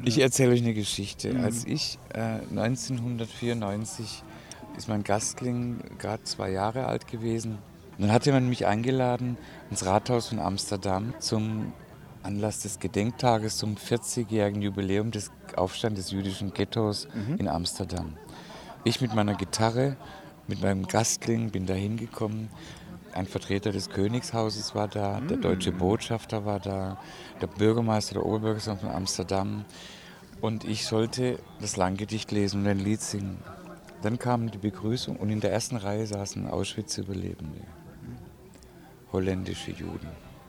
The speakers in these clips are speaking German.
Ich erzähle euch eine Geschichte. Als ich 1994 ist mein Gastling gerade 2 Jahre alt gewesen. Und dann hatte man mich eingeladen ins Rathaus von Amsterdam zum Anlass des Gedenktages zum 40-jährigen Jubiläum des Aufstands des jüdischen Ghettos in Amsterdam. Ich mit meiner Gitarre, mit meinem Gastling bin da hingekommen. Ein Vertreter des Königshauses war da, der deutsche Botschafter war da, der Bürgermeister, der Oberbürgermeister von Amsterdam. Und ich sollte das Langgedicht lesen und ein Lied singen. Dann kam die Begrüßung und in der ersten Reihe saßen Auschwitz-Überlebende, holländische Juden.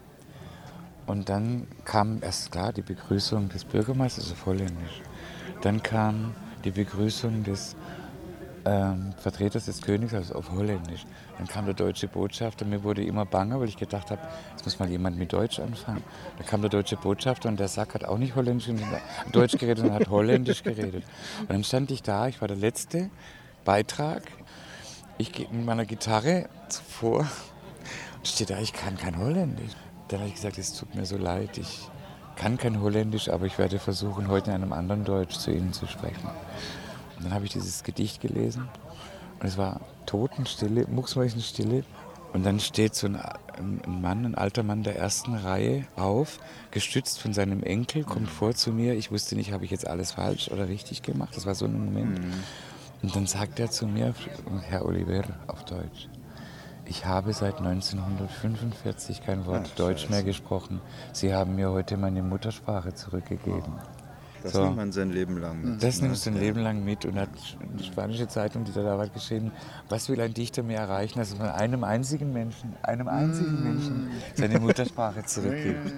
Und dann kam erst klar die Begrüßung des Bürgermeisters auf Holländisch. Dann kam die Begrüßung des Vertreters des Königshauses auf Holländisch. Dann kam der deutsche Botschafter, mir wurde immer banger, weil ich gedacht habe, jetzt muss mal jemand mit Deutsch anfangen. Da kam der deutsche Botschafter und der Sack hat auch nicht Holländisch Deutsch geredet, sondern hat Holländisch geredet. Und dann stand ich da, ich war der letzte Beitrag, ich gehe mit meiner Gitarre zuvor und stehe da, ich kann kein Holländisch. Dann habe ich gesagt, es tut mir so leid, ich kann kein Holländisch, aber ich werde versuchen, heute in einem anderen Deutsch zu Ihnen zu sprechen. Und dann habe ich dieses Gedicht gelesen und es war Totenstille, Mucksmäuschenstille. Und dann steht so ein Mann, ein alter Mann der ersten Reihe auf, gestützt von seinem Enkel, kommt vor zu mir. Ich wusste nicht, habe ich jetzt alles falsch oder richtig gemacht. Das war so ein Moment. Und dann sagt er zu mir, Herr Oliver auf Deutsch, ich habe seit 1945 kein Wort Deutsch mehr gesprochen. Sie haben mir heute meine Muttersprache zurückgegeben. Das nimmt man sein Leben lang mit. Das nimmst du ein Leben lang mit und hat die spanische Zeitung, die da war, geschrieben, was will ein Dichter mehr erreichen, dass man einem einzigen Menschen seine Muttersprache zurückgibt.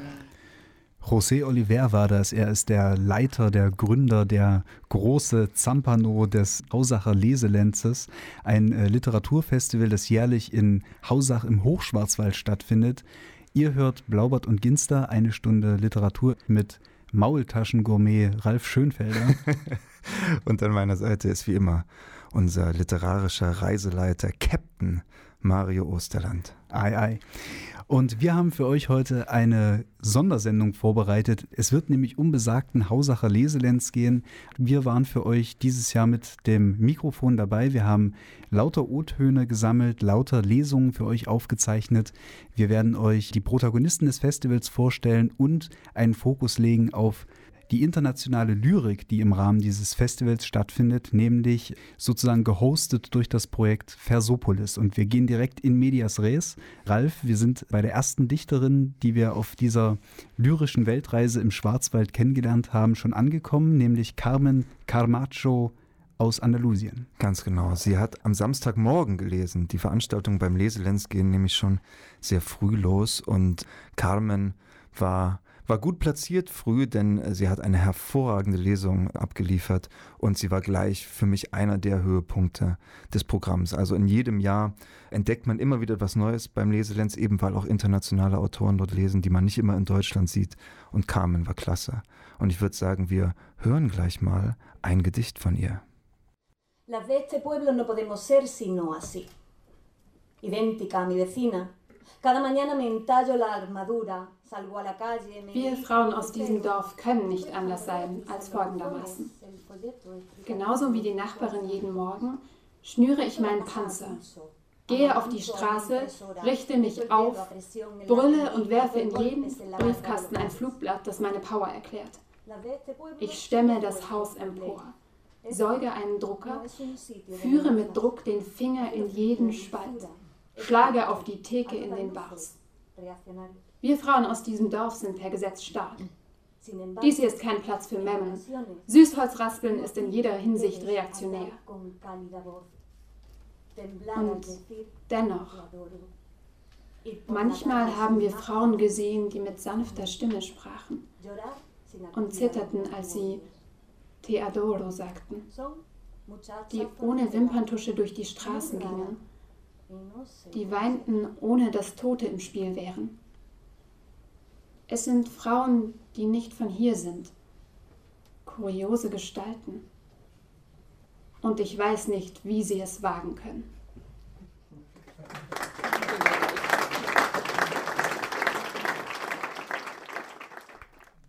José Oliver war das. Er ist der Leiter, der Gründer, der große Zampano des Hausacher Leselenzes, ein Literaturfestival, das jährlich in Hausach im Hochschwarzwald stattfindet. Ihr hört Blaubart und Ginster, eine Stunde Literatur mit Maultaschengourmet Ralf Schönfelder. Und an meiner Seite ist wie immer unser literarischer Reiseleiter Captain Mario Osterland. Ei, ei. Und wir haben für euch heute eine Sondersendung vorbereitet. Es wird nämlich um besagten Hausacher Leselenz gehen. Wir waren für euch dieses Jahr mit dem Mikrofon dabei. Wir haben lauter O-Töne gesammelt, lauter Lesungen für euch aufgezeichnet. Wir werden euch die Protagonisten des Festivals vorstellen und einen Fokus legen auf die internationale Lyrik, die im Rahmen dieses Festivals stattfindet, nämlich sozusagen gehostet durch das Projekt Versopolis. Und wir gehen direkt in medias res. Ralf, wir sind bei der ersten Dichterin, die wir auf dieser lyrischen Weltreise im Schwarzwald kennengelernt haben, schon angekommen, nämlich Carmen Carmacho aus Andalusien. Ganz genau. Sie hat am Samstagmorgen gelesen. Die Veranstaltungen beim Leselenz gehen nämlich schon sehr früh los und Carmen war gut platziert früh, denn sie hat eine hervorragende Lesung abgeliefert und sie war gleich für mich einer der Höhepunkte des Programms. Also in jedem Jahr entdeckt man immer wieder etwas Neues beim Leselenz, eben weil auch internationale Autoren dort lesen, die man nicht immer in Deutschland sieht. Und Carmen war klasse. Und ich würde sagen, wir hören gleich mal ein Gedicht von ihr. La de este pueblo no podemos ser sino así. Idéntica a mi vecina. Cada mañana me entallo la armadura. Wir Frauen aus diesem Dorf können nicht anders sein als folgendermaßen. Genauso wie die Nachbarin jeden Morgen schnüre ich meinen Panzer, gehe auf die Straße, richte mich auf, brülle und werfe in jeden Briefkasten ein Flugblatt, das meine Power erklärt. Ich stemme das Haus empor, säuge einen Drucker, führe mit Druck den Finger in jeden Spalt, schlage auf die Theke in den Bars. Wir Frauen aus diesem Dorf sind per Gesetz stark. Dies hier ist kein Platz für Memmen. Süßholzraspeln ist in jeder Hinsicht reaktionär. Und dennoch, manchmal haben wir Frauen gesehen, die mit sanfter Stimme sprachen und zitterten, als sie Te adoro sagten, die ohne Wimperntusche durch die Straßen gingen, die weinten, ohne dass Tote im Spiel wären. Es sind Frauen, die nicht von hier sind. Kuriose Gestalten. Und ich weiß nicht, wie sie es wagen können.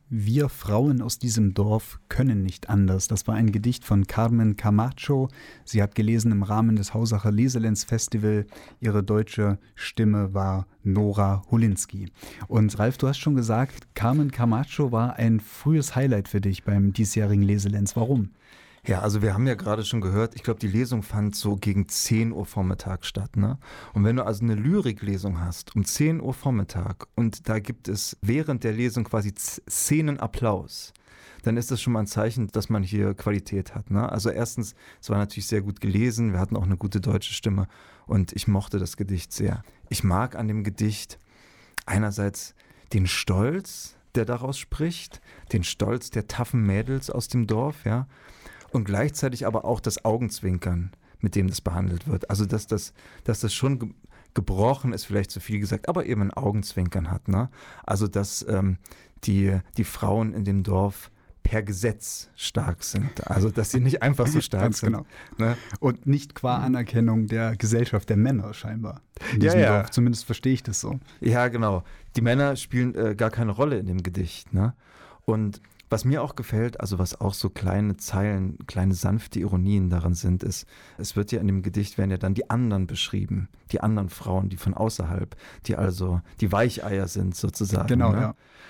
Wir Frauen aus diesem Dorf können nicht anders. Das war ein Gedicht von Carmen Camacho. Sie hat gelesen im Rahmen des Hausacher Leselenz-Festival. Ihre deutsche Stimme war Nora Hulinski. Und Ralf, du hast schon gesagt, Carmen Camacho war ein frühes Highlight für dich beim diesjährigen Leselenz. Warum? Ja, also wir haben ja gerade schon gehört, ich glaube, die Lesung fand so gegen 10 Uhr Vormittag statt. Ne? Und wenn du also eine Lyriklesung hast um 10 Uhr Vormittag und da gibt es während der Lesung quasi Szenenapplaus, dann ist das schon mal ein Zeichen, dass man hier Qualität hat. Ne? Also erstens, es war natürlich sehr gut gelesen, wir hatten auch eine gute deutsche Stimme und ich mochte das Gedicht sehr. Ich mag an dem Gedicht einerseits den Stolz, der daraus spricht, den Stolz der taffen Mädels aus dem Dorf, ja. Und gleichzeitig aber auch das Augenzwinkern, mit dem das behandelt wird. Also dass das schon gebrochen ist, vielleicht zu viel gesagt, aber eben ein Augenzwinkern hat. Ne? Also dass die Frauen in dem Dorf per Gesetz stark sind. Also dass sie nicht einfach so stark sind. Genau. Ne? Und nicht qua Anerkennung der Gesellschaft der Männer scheinbar in diesem Dorf. Zumindest verstehe ich das so. Ja, genau. Die Männer spielen gar keine Rolle in dem Gedicht. Ne? Und was mir auch gefällt, also was auch so kleine Zeilen, kleine sanfte Ironien daran sind, ist, es wird ja in dem Gedicht, werden ja dann die anderen beschrieben, die anderen Frauen, die von außerhalb, die also die Weicheier sind sozusagen. Genau, ne? ja.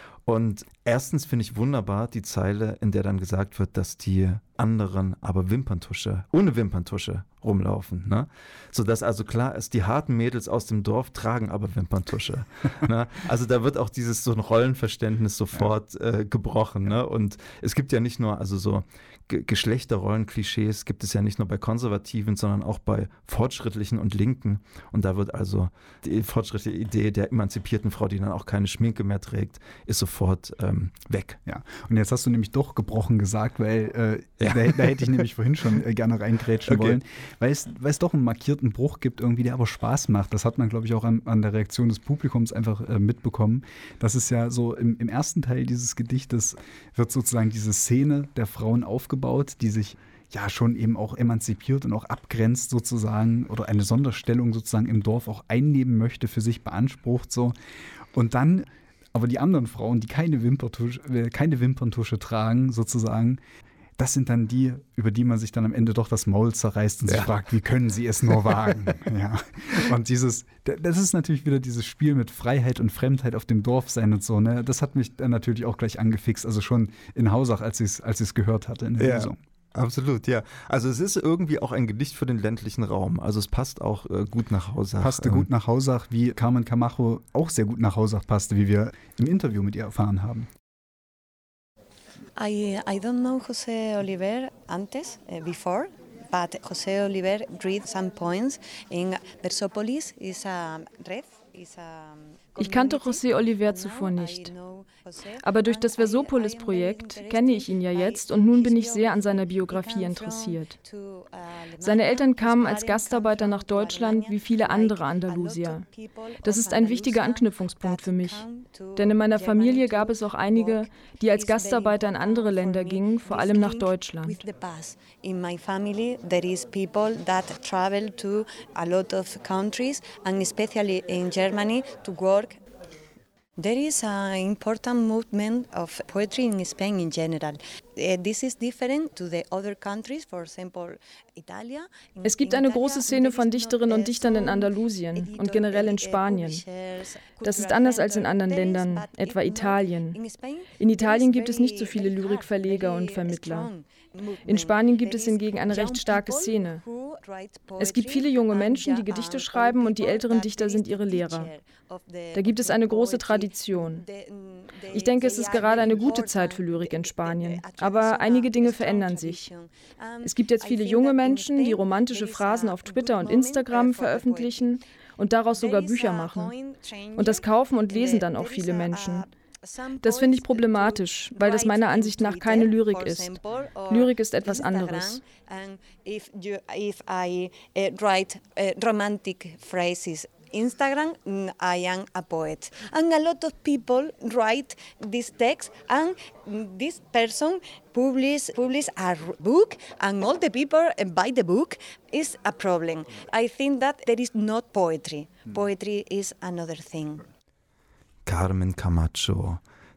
Und erstens finde ich wunderbar die Zeile, in der dann gesagt wird, dass die anderen aber ohne Wimperntusche rumlaufen. Ne? Sodass also klar ist, die harten Mädels aus dem Dorf tragen aber Wimperntusche. Ne? Also da wird auch dieses so ein Rollenverständnis sofort gebrochen. Ne? Und es gibt ja nicht nur also so Geschlechterrollen-Klischees gibt es ja nicht nur bei Konservativen, sondern auch bei Fortschrittlichen und Linken. Und da wird also die fortschrittliche Idee der emanzipierten Frau, die dann auch keine Schminke mehr trägt, ist sofort weg. Ja, und jetzt hast du nämlich doch gebrochen gesagt, weil da hätte ich nämlich vorhin schon gerne reingrätschen wollen, weil es doch einen markierten Bruch gibt irgendwie, der aber Spaß macht. Das hat man, glaube ich, auch an der Reaktion des Publikums einfach mitbekommen. Das ist ja so, im ersten Teil dieses Gedichtes wird sozusagen diese Szene der Frauen aufgebaut, die sich ja schon eben auch emanzipiert und auch abgrenzt sozusagen oder eine Sonderstellung sozusagen im Dorf auch einnehmen möchte, für sich beansprucht so. Und dann aber die anderen Frauen, die keine Wimperntusche tragen sozusagen, das sind dann die, über die man sich dann am Ende doch das Maul zerreißt und sich fragt, wie können sie es nur wagen? Ja. Und das ist natürlich wieder dieses Spiel mit Freiheit und Fremdheit auf dem Dorf sein und so. Ne? Das hat mich dann natürlich auch gleich angefixt, also schon in Hausach, als ich es gehört hatte in der Lesung. Absolut, ja. Also es ist irgendwie auch ein Gedicht für den ländlichen Raum. Also es passt auch gut nach Hausach. Passte gut nach Hausach, wie Carmen Camacho auch sehr gut nach Hausach passte, wie wir im Interview mit ihr erfahren haben. I don't know José Oliver before, but José Oliver read some poems in Versopolis. Is a red. Ich kannte José Oliver zuvor nicht. Aber durch das Versopolis-Projekt kenne ich ihn ja jetzt und nun bin ich sehr an seiner Biografie interessiert. Seine Eltern kamen als Gastarbeiter nach Deutschland wie viele andere Andalusier. Das ist ein wichtiger Anknüpfungspunkt für mich, denn in meiner Familie gab es auch einige, die als Gastarbeiter in andere Länder gingen, vor allem nach Deutschland. In my family there is people that travel to a lot of countries and especially in Germany to work. There is an important movement of poetry in Spain in general. This is different to the other countries, for example, Italia. Es gibt eine große Szene von Dichterinnen und Dichtern in Andalusien und generell in Spanien. Das ist anders als in anderen Ländern, etwa Italien. In Italien gibt es nicht so viele Lyrikverleger und Vermittler. In Spanien gibt es hingegen eine recht starke Szene. Es gibt viele junge Menschen, die Gedichte schreiben und die älteren Dichter sind ihre Lehrer. Da gibt es eine große Tradition. Ich denke, es ist gerade eine gute Zeit für Lyrik in Spanien, aber einige Dinge verändern sich. Es gibt jetzt viele junge Menschen, die romantische Phrasen auf Twitter und Instagram veröffentlichen und daraus sogar Bücher machen. Und das kaufen und lesen dann auch viele Menschen. Das finde ich problematisch, weil das meiner Ansicht nach keine Lyrik ist. Lyrik ist etwas anderes. If I write romantic phrases Instagram, I am a poet. And a lot of people write this text and this person publish a book and all the people buy the book is a problem. I think that there is not poetry. Poetry is another thing. Carmen Camacho,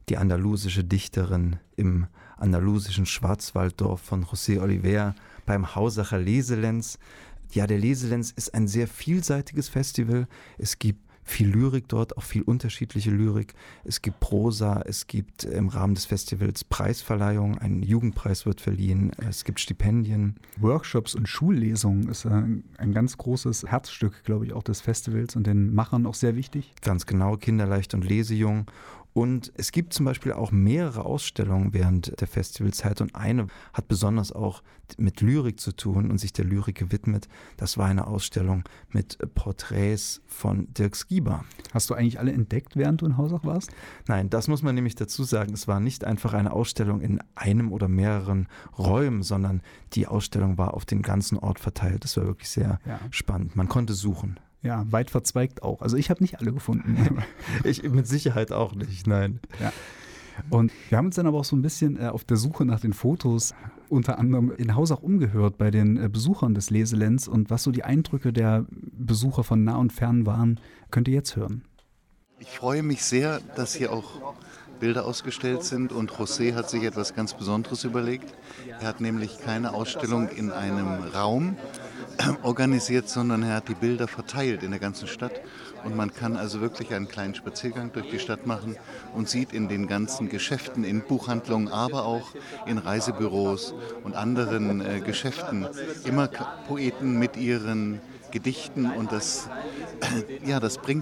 die andalusische Dichterin im andalusischen Schwarzwalddorf von José Oliver beim Hausacher Leselenz. Ja, der Leselenz ist ein sehr vielseitiges Festival. Es gibt viel Lyrik dort, auch viel unterschiedliche Lyrik. Es gibt Prosa, es gibt im Rahmen des Festivals Preisverleihungen, ein Jugendpreis wird verliehen, es gibt Stipendien. Workshops und Schullesungen ist ein ganz großes Herzstück, glaube ich, auch des Festivals und den Machern auch sehr wichtig. Ganz genau, Kinderleicht und Lesejung. Und es gibt zum Beispiel auch mehrere Ausstellungen während der Festivalzeit und eine hat besonders auch mit Lyrik zu tun und sich der Lyrik gewidmet. Das war eine Ausstellung mit Porträts von Dirk Skieber. Hast du eigentlich alle entdeckt, während du in Hausach warst? Nein, das muss man nämlich dazu sagen. Es war nicht einfach eine Ausstellung in einem oder mehreren Räumen, sondern die Ausstellung war auf den ganzen Ort verteilt. Das war wirklich sehr spannend. Man konnte suchen. Ja, weit verzweigt auch. Also ich habe nicht alle gefunden. Ich mit Sicherheit auch nicht, nein. Ja. Und wir haben uns dann aber auch so ein bisschen auf der Suche nach den Fotos unter anderem in Hausach umgehört bei den Besuchern des Leselenz und was so die Eindrücke der Besucher von nah und fern waren, könnt ihr jetzt hören. Ich freue mich sehr, dass hier auch Bilder ausgestellt sind und José hat sich etwas ganz Besonderes überlegt. Er hat nämlich keine Ausstellung in einem Raum organisiert, sondern er hat die Bilder verteilt in der ganzen Stadt und man kann also wirklich einen kleinen Spaziergang durch die Stadt machen und sieht in den ganzen Geschäften, in Buchhandlungen, aber auch in Reisebüros und anderen Geschäften immer Poeten mit ihren Gedichten und das bringt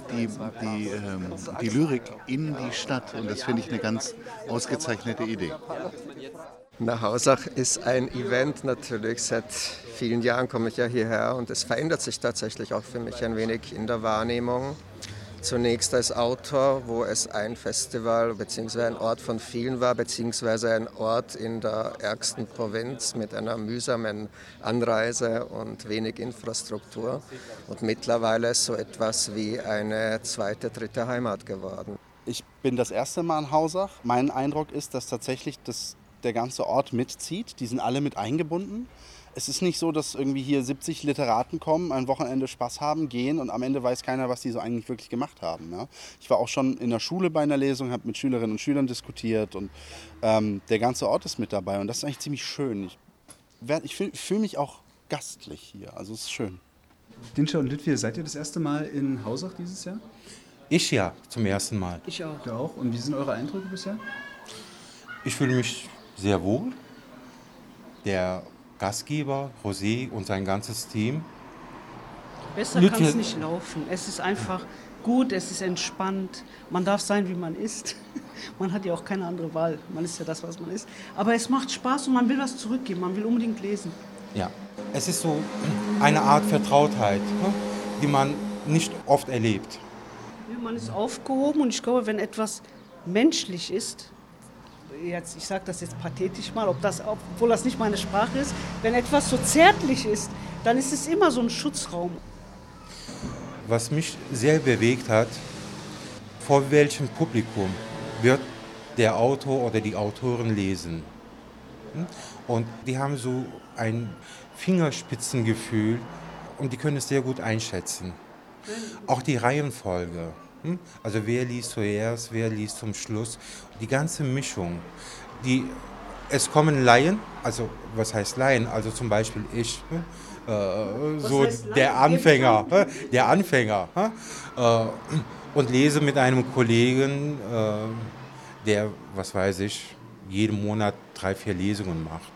die Lyrik in die Stadt und das finde ich eine ganz ausgezeichnete Idee. Na, Hausach ist ein Event natürlich. Seit vielen Jahren komme ich ja hierher und es verändert sich tatsächlich auch für mich ein wenig in der Wahrnehmung. Zunächst als Autor, wo es ein Festival bzw. ein Ort von vielen war, beziehungsweise ein Ort in der ärgsten Provinz mit einer mühsamen Anreise und wenig Infrastruktur. Und mittlerweile ist so etwas wie eine zweite, dritte Heimat geworden. Ich bin das erste Mal in Hausach. Mein Eindruck ist, dass tatsächlich der ganze Ort mitzieht. Die sind alle mit eingebunden. Es ist nicht so, dass irgendwie hier 70 Literaten kommen, ein Wochenende Spaß haben, gehen und am Ende weiß keiner, was die so eigentlich wirklich gemacht haben. Ja? Ich war auch schon in der Schule bei einer Lesung, habe mit Schülerinnen und Schülern diskutiert und der ganze Ort ist mit dabei und das ist eigentlich ziemlich schön. Ich fühle mich auch gastlich hier, also es ist schön. Dinscha und Lütfi, seid ihr das erste Mal in Hausach dieses Jahr? Ich ja, zum ersten Mal. Ich auch. Du auch? Und wie sind eure Eindrücke bisher? Ich fühle mich sehr wohl. Der Gastgeber, José und sein ganzes Team. Besser kann es nicht laufen. Es ist einfach gut, es ist entspannt. Man darf sein, wie man ist. Man hat ja auch keine andere Wahl. Man ist ja das, was man ist. Aber es macht Spaß und man will was zurückgeben. Man will unbedingt lesen. Ja, es ist so eine Art Vertrautheit, die man nicht oft erlebt. Ja, man ist aufgehoben und ich glaube, wenn etwas menschlich ist, ich sage das jetzt pathetisch mal, obwohl das nicht meine Sprache ist, wenn etwas so zärtlich ist, dann ist es immer so ein Schutzraum. Was mich sehr bewegt hat, vor welchem Publikum wird der Autor oder die Autorin lesen. Und die haben so ein Fingerspitzengefühl und die können es sehr gut einschätzen. Auch die Reihenfolge. Also wer liest zuerst, wer liest zum Schluss. Die ganze Mischung. Es kommen Laien, also was heißt Laien? Also zum Beispiel ich, so der Anfänger, und lese mit einem Kollegen, der, was weiß ich, jeden Monat 3-4 Lesungen macht.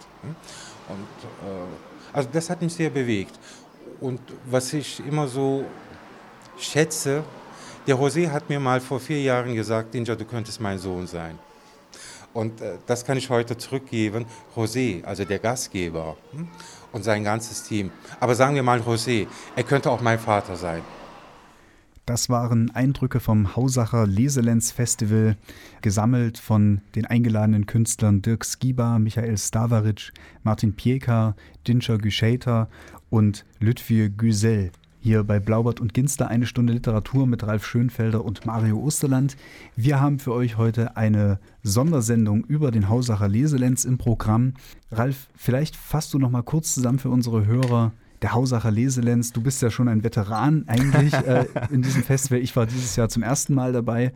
Und, also das hat mich sehr bewegt. Und was ich immer so schätze, der José hat mir mal vor 4 Jahren gesagt, Dinscha, du könntest mein Sohn sein. Und das kann ich heute zurückgeben. José, also der Gastgeber und sein ganzes Team. Aber sagen wir mal José, er könnte auch mein Vater sein. Das waren Eindrücke vom Hausacher Leselenz Festival, gesammelt von den eingeladenen Künstlern Dirk Skieber, Michael Stavaric, Martin Pieka, Dinscha Güscheiter und Lütfi Güzel. Hier bei Blaubart und Ginster eine Stunde Literatur mit Ralf Schönfelder und Mario Osterland. Wir haben für euch heute eine Sondersendung über den Hausacher Leselenz im Programm. Ralf, vielleicht fasst du noch mal kurz zusammen für unsere Hörer. Der Hausacher Leselenz, du bist ja schon ein Veteran eigentlich in diesem Festival. Ich war dieses Jahr zum ersten Mal dabei.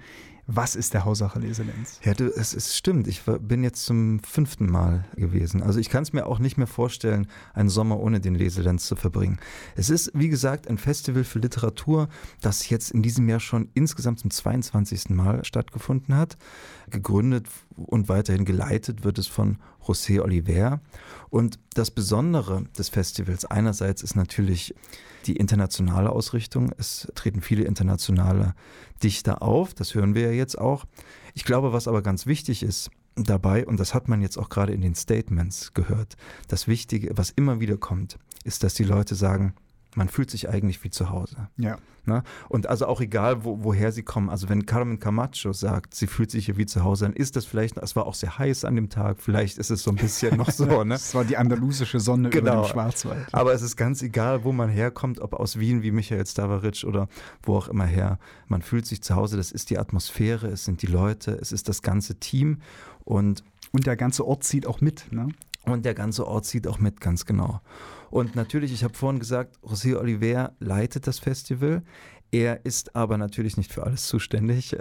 Was ist der Hausacher Leselenz? Ja, es stimmt. Ich bin jetzt zum 5. Mal gewesen. Also ich kann es mir auch nicht mehr vorstellen, einen Sommer ohne den Leselenz zu verbringen. Es ist, wie gesagt, ein Festival für Literatur, das jetzt in diesem Jahr schon insgesamt zum 22. Mal stattgefunden hat. Gegründet und weiterhin geleitet wird es von José Oliver. Und das Besondere des Festivals einerseits ist natürlich die internationale Ausrichtung. Es treten viele internationale Dichter auf, das hören wir ja jetzt auch. Ich glaube, was aber ganz wichtig ist dabei, und das hat man jetzt auch gerade in den Statements gehört, das Wichtige, was immer wieder kommt, ist, dass die Leute sagen, man fühlt sich eigentlich wie zu Hause. Ja. Na? Und also auch egal, woher sie kommen. Also wenn Carmen Camacho sagt, sie fühlt sich hier wie zu Hause, dann ist das vielleicht, es war auch sehr heiß an dem Tag, vielleicht ist es so ein bisschen noch so. Ne? Es war die andalusische Sonne über dem Schwarzwald. Aber es ist ganz egal, wo man herkommt, ob aus Wien wie Michael Stavaric oder wo auch immer her. Man fühlt sich zu Hause, das ist die Atmosphäre, es sind die Leute, es ist das ganze Team. Und der ganze Ort zieht auch mit, ne? Und der ganze Ort zieht auch mit, ganz genau. Und natürlich, ich habe vorhin gesagt, José Oliver leitet das Festival. Er ist aber natürlich nicht für alles zuständig.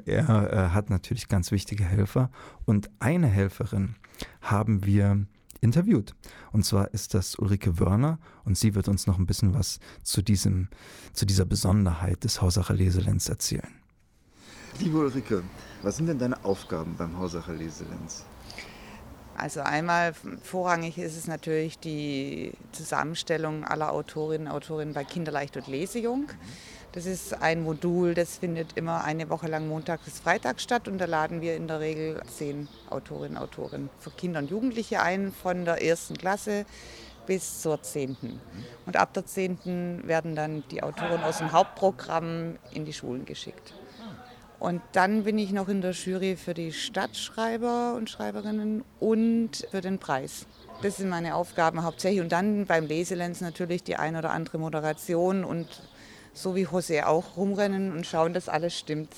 Er hat natürlich ganz wichtige Helfer. Und eine Helferin haben wir interviewt. Und zwar ist das Ulrike Wörner. Und sie wird uns noch ein bisschen was zu dieser Besonderheit des Hausacher Leselenz erzählen. Liebe Ulrike, was sind denn deine Aufgaben beim Hausacher Leselenz? Also einmal vorrangig ist es natürlich die Zusammenstellung aller Autorinnen und Autoren bei Kinderleicht und Lesejung. Das ist ein Modul, das findet immer eine Woche lang Montag bis Freitag statt und da laden wir in der Regel 10 Autorinnen und Autoren für Kinder und Jugendliche ein, von der 1. Klasse bis zur 10. Und ab der 10. werden dann die Autoren aus dem Hauptprogramm in die Schulen geschickt. Und dann bin ich noch in der Jury für die Stadtschreiber und Schreiberinnen und für den Preis. Das sind meine Aufgaben hauptsächlich. Und dann beim Leselenz natürlich die ein oder andere Moderation und so wie José auch rumrennen und schauen, dass alles stimmt.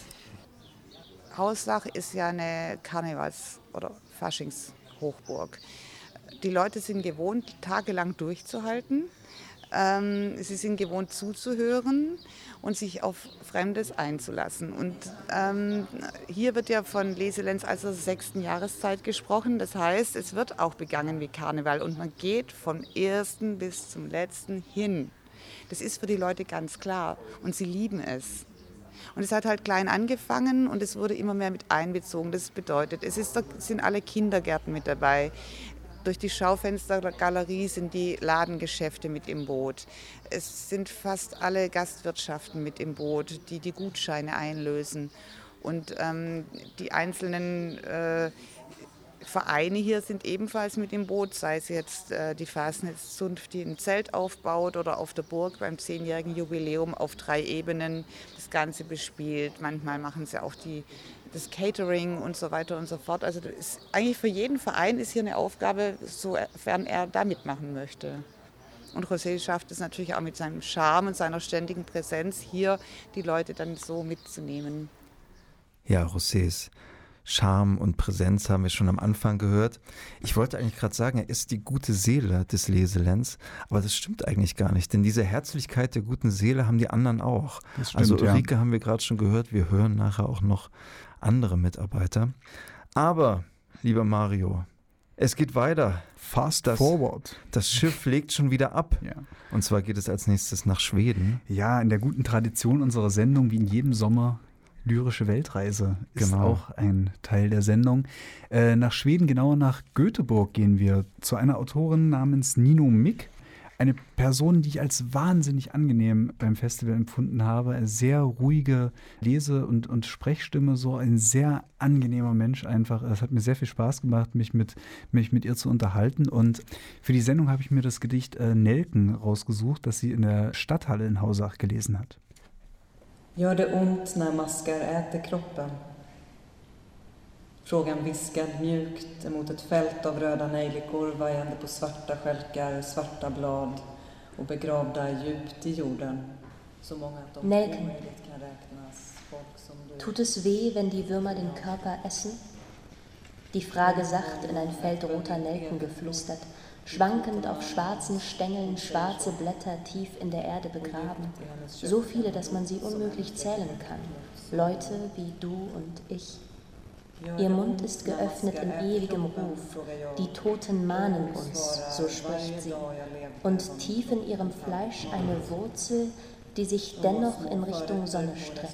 Hausach ist ja eine Karnevals- oder Faschingshochburg. Die Leute sind gewohnt, tagelang durchzuhalten. Sie sind gewohnt zuzuhören und sich auf Fremdes einzulassen. Und hier wird ja von Leselenz als der 6. Jahreszeit gesprochen. Das heißt, es wird auch begangen wie Karneval und man geht vom 1. bis zum letzten hin. Das ist für die Leute ganz klar und sie lieben es. Und es hat halt klein angefangen und es wurde immer mehr mit einbezogen. Das bedeutet, es sind alle Kindergärten mit dabei. Durch die Schaufenstergalerie sind die Ladengeschäfte mit im Boot. Es sind fast alle Gastwirtschaften mit im Boot, die die Gutscheine einlösen. Und die einzelnen Vereine hier sind ebenfalls mit im Boot, sei es jetzt die Fasnetzzunft, die ein Zelt aufbaut oder auf der Burg beim 10-jährigen Jubiläum auf 3 Ebenen das Ganze bespielt. Manchmal machen sie auch das Catering und so weiter und so fort. Also das ist, eigentlich für jeden Verein ist hier eine Aufgabe, sofern er da mitmachen möchte. Und José schafft es natürlich auch mit seinem Charme und seiner ständigen Präsenz hier, die Leute dann so mitzunehmen. Ja, Josés Charme und Präsenz haben wir schon am Anfang gehört. Ich wollte eigentlich gerade sagen, er ist die gute Seele des Leselenz, aber das stimmt eigentlich gar nicht, denn diese Herzlichkeit der guten Seele haben die anderen auch. Das stimmt, also Ulrike haben wir gerade schon gehört, wir hören nachher auch noch andere Mitarbeiter. Aber, lieber Mario, es geht weiter. Fast forward. Das Schiff legt schon wieder ab. Ja. Und zwar geht es als nächstes nach Schweden. Ja, in der guten Tradition unserer Sendung, wie in jedem Sommer, lyrische Weltreise ist auch ein Teil der Sendung. Nach Schweden, genauer nach Göteborg gehen wir zu einer Autorin namens Nino Mick. Eine Person, die ich als wahnsinnig angenehm beim Festival empfunden habe. Eine sehr ruhige Lese- und Sprechstimme, so ein sehr angenehmer Mensch einfach. Es hat mir sehr viel Spaß gemacht, mich mit ihr zu unterhalten. Und für die Sendung habe ich mir das Gedicht Nelken rausgesucht, das sie in der Stadthalle in Hausach gelesen hat. Gör det ont när maskar äter kroppen? Frågan viskad mjukt emot ett fält av röda nejlikor vajande på svarta skälkar, svarta blad och begravda djupt i jorden. Så många att de omöjligt kan räknas. Folk som du. Tut es weh, wenn die Würmer den Körper essen? Die Frage sacht in ein Feld roter Nelken geflüstert, schwankend auf schwarzen Stängeln schwarze Blätter tief in der Erde begraben, so viele, dass man sie unmöglich zählen kann. Leute wie du und ich. Ihr Mund ist geöffnet in ewigem Ruf, die Toten mahnen uns, so spricht sie, und tief in ihrem Fleisch eine Wurzel, die sich dennoch in Richtung Sonne streckt.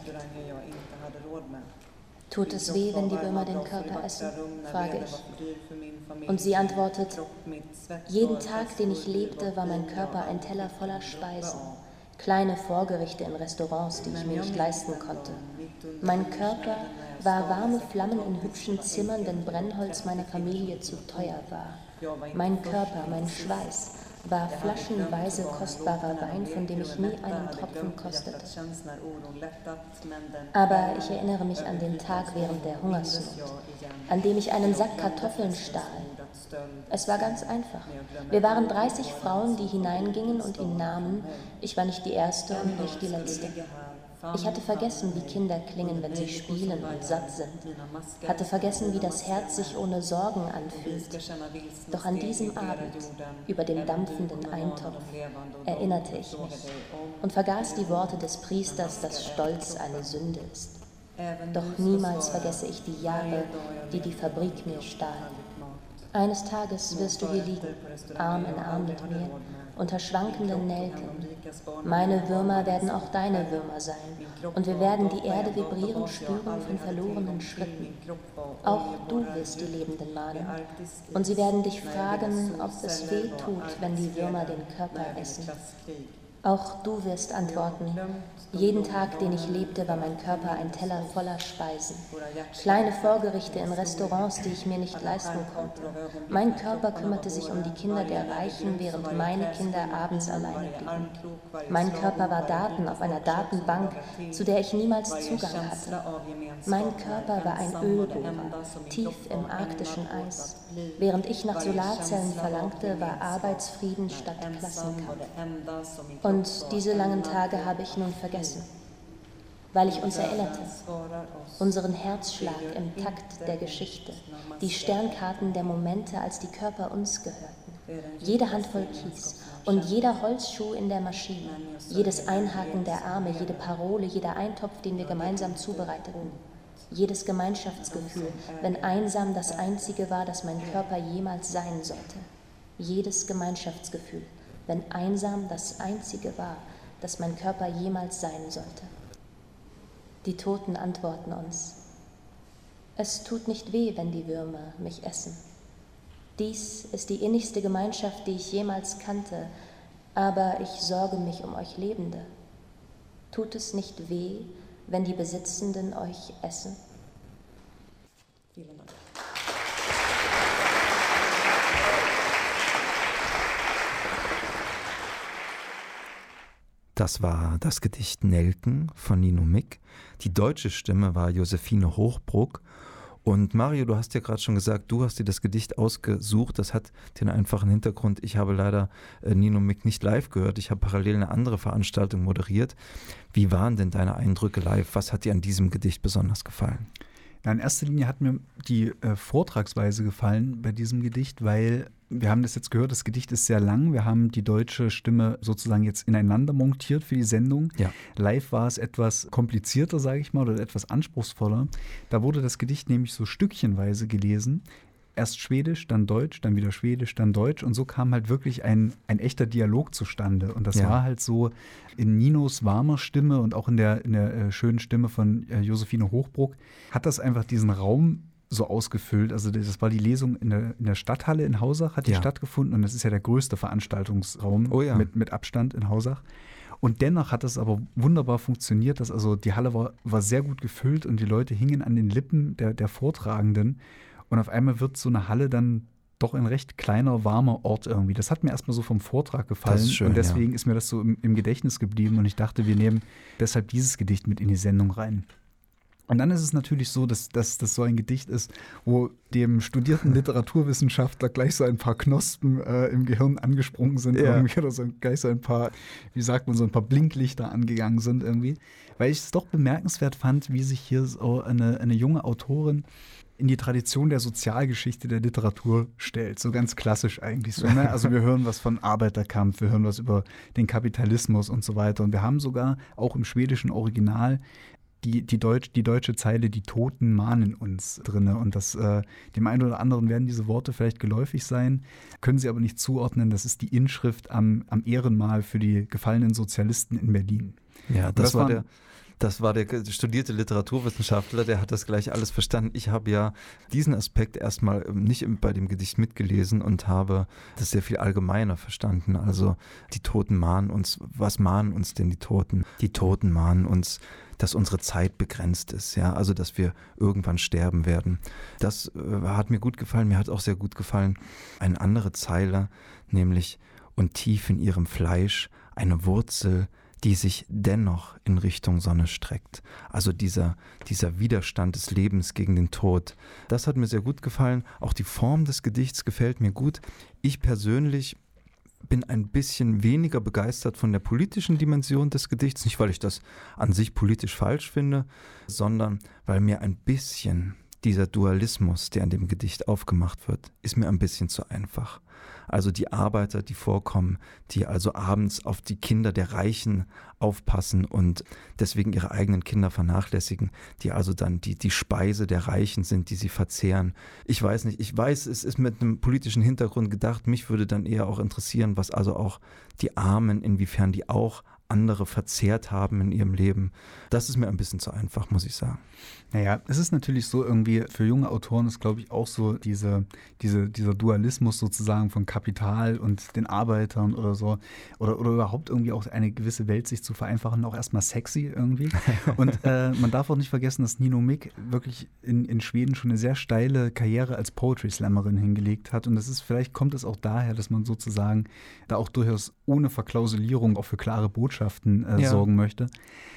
Tut es weh, wenn die Würmer den Körper essen? Frage ich. Und sie antwortet, jeden Tag, den ich lebte, war mein Körper ein Teller voller Speisen, kleine Vorgerichte in Restaurants, die ich mir nicht leisten konnte. Mein Körper war warme Flammen in hübschen Zimmern, denn Brennholz meiner Familie zu teuer war. Mein Körper, mein Schweiß, war flaschenweise kostbarer Wein, von dem ich nie einen Tropfen kostete. Aber ich erinnere mich an den Tag während der Hungersnot, an dem ich einen Sack Kartoffeln stahl. Es war ganz einfach. Wir waren 30 Frauen, die hineingingen und ihn nahmen. Ich war nicht die Erste und nicht die Letzte. Ich hatte vergessen, wie Kinder klingen, wenn sie spielen und satt sind. Hatte vergessen, wie das Herz sich ohne Sorgen anfühlt. Doch an diesem Abend, über dem dampfenden Eintopf, erinnerte ich mich und vergaß die Worte des Priesters, dass Stolz eine Sünde ist. Doch niemals vergesse ich die Jahre, die die Fabrik mir stahl. Eines Tages wirst du hier liegen, Arm in Arm mit mir, unter schwankenden Nelken. Meine Würmer werden auch deine Würmer sein, und wir werden die Erde vibrieren spüren von verlorenen Schritten. Auch du wirst die Lebenden mahnen, und sie werden dich fragen, ob es weh tut, wenn die Würmer den Körper essen. Auch du wirst antworten, jeden Tag, den ich lebte, war mein Körper ein Teller voller Speisen. Kleine Vorgerichte in Restaurants, die ich mir nicht leisten konnte. Mein Körper kümmerte sich um die Kinder der Reichen, während meine Kinder abends alleine blieben. Mein Körper war Daten auf einer Datenbank, zu der ich niemals Zugang hatte. Mein Körper war ein Ölbohrer, tief im arktischen Eis. Während ich nach Solarzellen verlangte, war Arbeitsfrieden statt Klassenkampf. Und diese langen Tage habe ich nun vergessen, weil ich uns erinnerte, unseren Herzschlag im Takt der Geschichte, die Sternkarten der Momente, als die Körper uns gehörten, jede Handvoll Kies und jeder Holzschuh in der Maschine, jedes Einhaken der Arme, jede Parole, jeder Eintopf, den wir gemeinsam zubereiteten, jedes Gemeinschaftsgefühl, wenn einsam das Einzige war, das mein Körper jemals sein sollte, jedes Gemeinschaftsgefühl, wenn einsam das Einzige war, das mein Körper jemals sein sollte. Die Toten antworten uns, es tut nicht weh, wenn die Würmer mich essen. Dies ist die innigste Gemeinschaft, die ich jemals kannte, aber ich sorge mich um euch Lebende. Tut es nicht weh, wenn die Besitzenden euch essen? Vielen Dank. Das war das Gedicht Nelken von Nino Mick. Die deutsche Stimme war Josephine Hochbruck. Und Mario, du hast ja gerade schon gesagt, du hast dir das Gedicht ausgesucht. Das hat den einfachen Hintergrund. Ich habe leider Nino Mick nicht live gehört. Ich habe parallel eine andere Veranstaltung moderiert. Wie waren denn deine Eindrücke live? Was hat dir an diesem Gedicht besonders gefallen? Ja, in erster Linie hat mir die Vortragsweise gefallen bei diesem Gedicht, weil wir haben das jetzt gehört, das Gedicht ist sehr lang. Wir haben die deutsche Stimme sozusagen jetzt ineinander montiert für die Sendung. Ja. Live war es etwas komplizierter, sage ich mal, oder etwas anspruchsvoller. Da wurde das Gedicht nämlich so stückchenweise gelesen. Erst Schwedisch, dann Deutsch, dann wieder Schwedisch, dann Deutsch. Und so kam halt wirklich ein echter Dialog zustande. Und das war halt so in Ninos warmer Stimme und auch in der schönen Stimme von Josephine Hochbruck hat das einfach diesen Raum so ausgefüllt. Also das war die Lesung in der Stadthalle in Hausach, hat die stattgefunden. Und das ist ja der größte Veranstaltungsraum mit Abstand in Hausach. Und dennoch hat das aber wunderbar funktioniert. Also die Halle war sehr gut gefüllt und die Leute hingen an den Lippen der Vortragenden. Und auf einmal wird so eine Halle dann doch ein recht kleiner, warmer Ort irgendwie. Das hat mir erstmal so vom Vortrag gefallen. Das ist schön, und deswegen ist mir das so im Gedächtnis geblieben. Und ich dachte, wir nehmen deshalb dieses Gedicht mit in die Sendung rein. Und dann ist es natürlich so, dass das so ein Gedicht ist, wo dem studierten Literaturwissenschaftler gleich so ein paar Knospen im Gehirn angesprungen sind irgendwie, oder so gleich so ein paar, wie sagt man, so ein paar Blinklichter angegangen sind irgendwie. Weil ich es doch bemerkenswert fand, wie sich hier so eine junge Autorin in die Tradition der Sozialgeschichte der Literatur stellt. So ganz klassisch eigentlich so. Ne? Also wir hören was von Arbeiterkampf, wir hören was über den Kapitalismus und so weiter. Und wir haben sogar auch im schwedischen Original die deutsche Zeile, die Toten mahnen uns drin. Und dem einen oder anderen werden diese Worte vielleicht geläufig sein, können sie aber nicht zuordnen. Das ist die Inschrift am Ehrenmal für die gefallenen Sozialisten in Berlin. Ja, das war der studierte Literaturwissenschaftler, der hat das gleich alles verstanden. Ich habe ja diesen Aspekt erstmal nicht bei dem Gedicht mitgelesen und habe das sehr viel allgemeiner verstanden. Also die Toten mahnen uns, was mahnen uns denn die Toten? Die Toten mahnen uns, dass unsere Zeit begrenzt ist, ja, also dass wir irgendwann sterben werden. Das hat mir gut gefallen, mir hat auch sehr gut gefallen eine andere Zeile, nämlich und tief in ihrem Fleisch eine Wurzel, die sich dennoch in Richtung Sonne streckt. Also dieser Widerstand des Lebens gegen den Tod. Das hat mir sehr gut gefallen. Auch die Form des Gedichts gefällt mir gut. Ich persönlich bin ein bisschen weniger begeistert von der politischen Dimension des Gedichts. Nicht, weil ich das an sich politisch falsch finde, sondern weil mir ein bisschen dieser Dualismus, der in dem Gedicht aufgemacht wird, ist mir ein bisschen zu einfach. Also die Arbeiter, die vorkommen, die also abends auf die Kinder der Reichen aufpassen und deswegen ihre eigenen Kinder vernachlässigen, die also dann die Speise der Reichen sind, die sie verzehren. Ich weiß nicht, es ist mit einem politischen Hintergrund gedacht, mich würde dann eher auch interessieren, was also auch die Armen, inwiefern die auch andere verzehrt haben in ihrem Leben. Das ist mir ein bisschen zu einfach, muss ich sagen. Naja, es ist natürlich so irgendwie, für junge Autoren ist, glaube ich, auch so dieser Dualismus sozusagen von Kapital und den Arbeitern oder so, oder überhaupt irgendwie auch eine gewisse Welt sich zu vereinfachen, auch erstmal sexy irgendwie. Und man darf auch nicht vergessen, dass Nino Mick wirklich in Schweden schon eine sehr steile Karriere als Poetry Slammerin hingelegt hat. Und vielleicht kommt es auch daher, dass man sozusagen da auch durchaus ohne Verklausulierung auch für klare Botschaften sorgen möchte.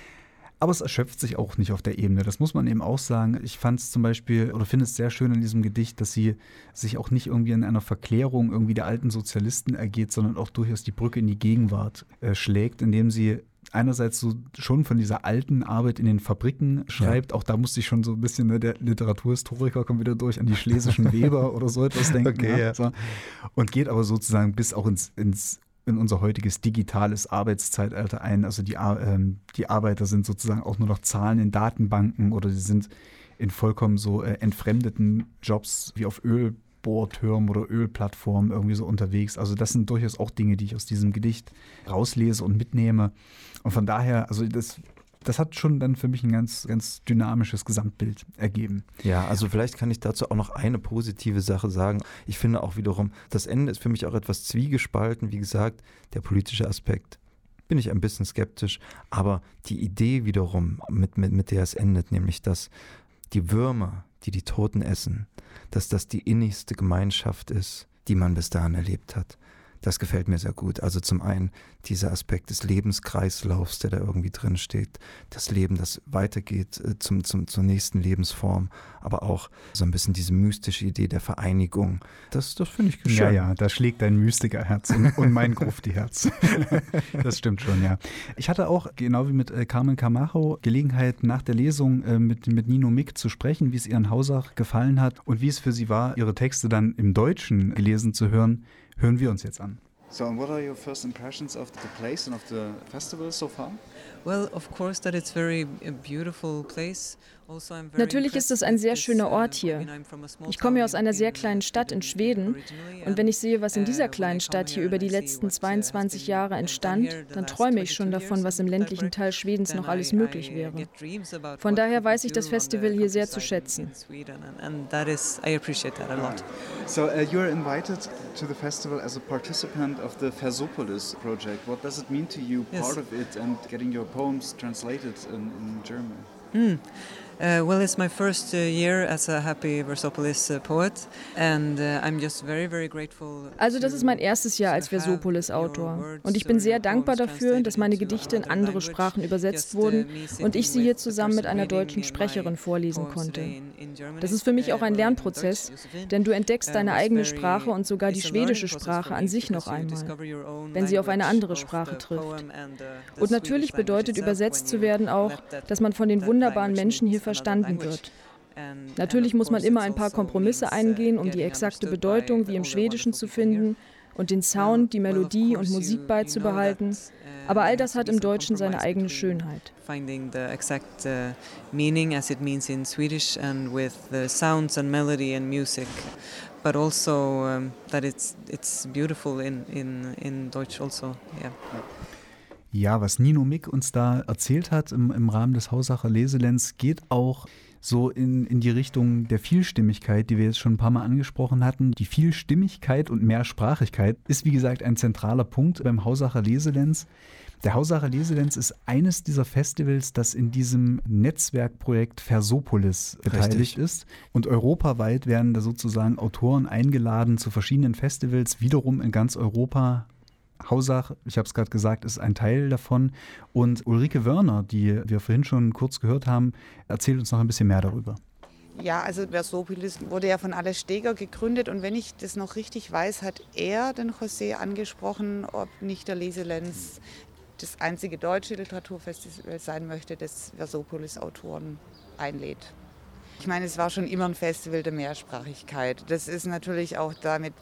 Aber es erschöpft sich auch nicht auf der Ebene. Das muss man eben auch sagen. Ich fand es zum Beispiel, oder finde es sehr schön in diesem Gedicht, dass sie sich auch nicht irgendwie in einer Verklärung irgendwie der alten Sozialisten ergeht, sondern auch durchaus die Brücke in die Gegenwart schlägt, indem sie einerseits so schon von dieser alten Arbeit in den Fabriken schreibt. Ja. Auch da musste ich schon so ein bisschen, der Literaturhistoriker kommt wieder durch, an die schlesischen Weber oder so etwas denken. Okay, ja. So. Und geht aber sozusagen bis auch in unser heutiges digitales Arbeitszeitalter ein. Also die Arbeiter sind sozusagen auch nur noch Zahlen in Datenbanken oder sie sind in vollkommen so entfremdeten Jobs wie auf Ölbohrtürmen oder Ölplattformen irgendwie so unterwegs. Also das sind durchaus auch Dinge, die ich aus diesem Gedicht rauslese und mitnehme. Und von daher, also das hat schon dann für mich ein ganz, ganz dynamisches Gesamtbild ergeben. Ja, also vielleicht kann ich dazu auch noch eine positive Sache sagen. Ich finde auch wiederum, das Ende ist für mich auch etwas zwiegespalten. Wie gesagt, der politische Aspekt bin ich ein bisschen skeptisch, aber die Idee wiederum, mit der es endet, nämlich dass die Würmer, die Toten essen, dass das die innigste Gemeinschaft ist, die man bis dahin erlebt hat. Das gefällt mir sehr gut. Also zum einen dieser Aspekt des Lebenskreislaufs, der da irgendwie drin steht, das Leben, das weitergeht zur nächsten Lebensform, aber auch so ein bisschen diese mystische Idee der Vereinigung. Das finde ich schön. Ja, da schlägt dein Mystikerherz und mein Grufti-Herz. Das stimmt schon, ja. Ich hatte auch, genau wie mit Carmen Camacho, Gelegenheit, nach der Lesung mit Nino Mick zu sprechen, wie es ihr in Hausach gefallen hat und wie es für sie war, ihre Texte dann im Deutschen gelesen zu hören. Hören wir uns jetzt an. So, and what are your first impressions of the place and of the festival so far? Well, of course that it's a beautiful place. Natürlich ist es ein sehr schöner Ort hier. Ich komme ja aus einer sehr kleinen Stadt in Schweden und wenn ich sehe, was in dieser kleinen Stadt hier über die letzten 22 Jahre entstand, dann träume ich schon davon, was im ländlichen Teil Schwedens noch alles möglich wäre. Von daher weiß ich das Festival hier sehr zu schätzen. So, you're invited to the festival as a participant of the Versopolis project. What does it mean to you, part of it, and getting your poems translated in German? Well, it's my first year as a Happy Versopolis poet and I'm just very, very grateful. Also das ist mein erstes Jahr als Versopolis-Autor und ich bin sehr dankbar dafür, dass meine Gedichte in andere Sprachen übersetzt wurden und ich sie hier zusammen mit einer deutschen Sprecherin vorlesen konnte. Das ist für mich auch ein Lernprozess, denn du entdeckst deine eigene Sprache und sogar die schwedische Sprache an sich noch einmal, wenn sie auf eine andere Sprache trifft. Und natürlich bedeutet übersetzt zu werden auch, dass man von den wunderbaren Menschen hier verstanden wird. Natürlich muss man immer ein paar Kompromisse eingehen, um die exakte Bedeutung wie im Schwedischen zu finden, und den Sound, die Melodie und Musik beizubehalten. Aber all das hat im Deutschen seine eigene Schönheit. Finding the exact meaning as it means in Swedish and with the sounds and melody and music, but also that it's beautiful in Deutsch also. Yeah. Ja, was Nino Mick uns da erzählt hat im Rahmen des Hausacher Leselens, geht auch so in die Richtung der Vielstimmigkeit, die wir jetzt schon ein paar Mal angesprochen hatten. Die Vielstimmigkeit und Mehrsprachigkeit ist, wie gesagt, ein zentraler Punkt beim Hausacher Leselens. Der Hausacher Leselens ist eines dieser Festivals, das in diesem Netzwerkprojekt Versopolis beteiligt ist. Und europaweit werden da sozusagen Autoren eingeladen zu verschiedenen Festivals, wiederum in ganz Europa. Hausach, ich habe es gerade gesagt, ist ein Teil davon. Und Ulrike Wörner, die wir vorhin schon kurz gehört haben, erzählt uns noch ein bisschen mehr darüber. Ja, also Versopolis wurde ja von Ales Steger gegründet und wenn ich das noch richtig weiß, hat er den José angesprochen, ob nicht der Leselens das einzige deutsche Literaturfestival sein möchte, das Versopolis-Autoren einlädt. Ich meine, es war schon immer ein Festival der Mehrsprachigkeit. Das ist natürlich auch damit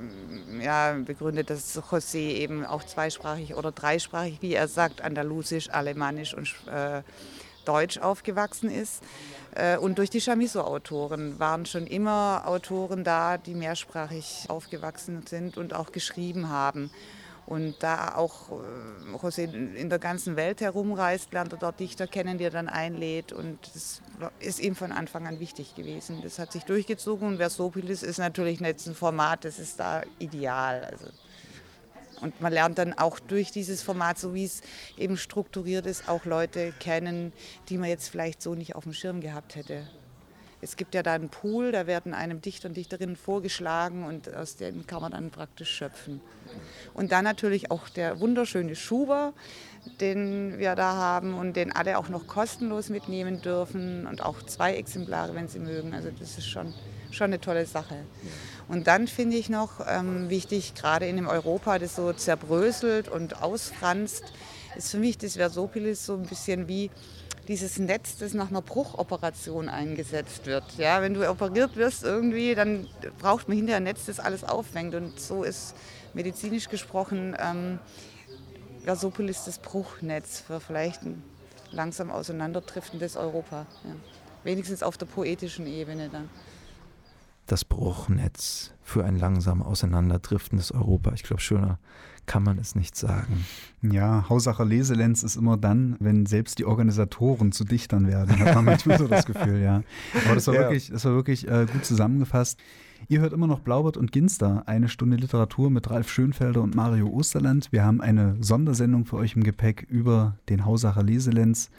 begründet, dass José eben auch zweisprachig oder dreisprachig, wie er sagt, Andalusisch, Alemannisch und Deutsch aufgewachsen ist. Und durch die Chamisso-Autoren waren schon immer Autoren da, die mehrsprachig aufgewachsen sind und auch geschrieben haben. Und da auch José in der ganzen Welt herumreist, lernt er dort Dichter kennen, die er dann einlädt. Und das ist ihm von Anfang an wichtig gewesen. Das hat sich durchgezogen und Versopolis ist natürlich jetzt ein Format, das ist da ideal. Also. Und man lernt dann auch durch dieses Format, so wie es eben strukturiert ist, auch Leute kennen, die man jetzt vielleicht so nicht auf dem Schirm gehabt hätte. Es gibt ja da einen Pool, da werden einem Dichter und Dichterinnen vorgeschlagen und aus dem kann man dann praktisch schöpfen. Und dann natürlich auch der wunderschöne Schuber, den wir da haben und den alle auch noch kostenlos mitnehmen dürfen und auch 2 Exemplare, wenn sie mögen. Also das ist schon eine tolle Sache. Und dann finde ich noch wichtig, gerade in dem Europa, das so zerbröselt und ausfranst, ist für mich das Versopolis so ein bisschen wie dieses Netz, das nach einer Bruchoperation eingesetzt wird. Ja, wenn du operiert wirst irgendwie, dann braucht man hinterher ein Netz, das alles auffängt. Und so ist medizinisch gesprochen Versopolis das Bruchnetz für vielleicht ein langsam auseinanderdriftendes Europa. Ja. Wenigstens auf der poetischen Ebene dann. Das Bruchnetz für ein langsam auseinanderdriftendes Europa. Ich glaube, schöner kann man es nicht sagen. Ja, Hausacher Leselens ist immer dann, wenn selbst die Organisatoren zu Dichtern werden. Hat man manchmal so das Gefühl, ja. Aber das war wirklich gut zusammengefasst. Ihr hört immer noch Blaubart und Ginster, eine Stunde Literatur mit Ralf Schönfelder und Mario Osterland. Wir haben eine Sondersendung für euch im Gepäck über den Hausacher Leselens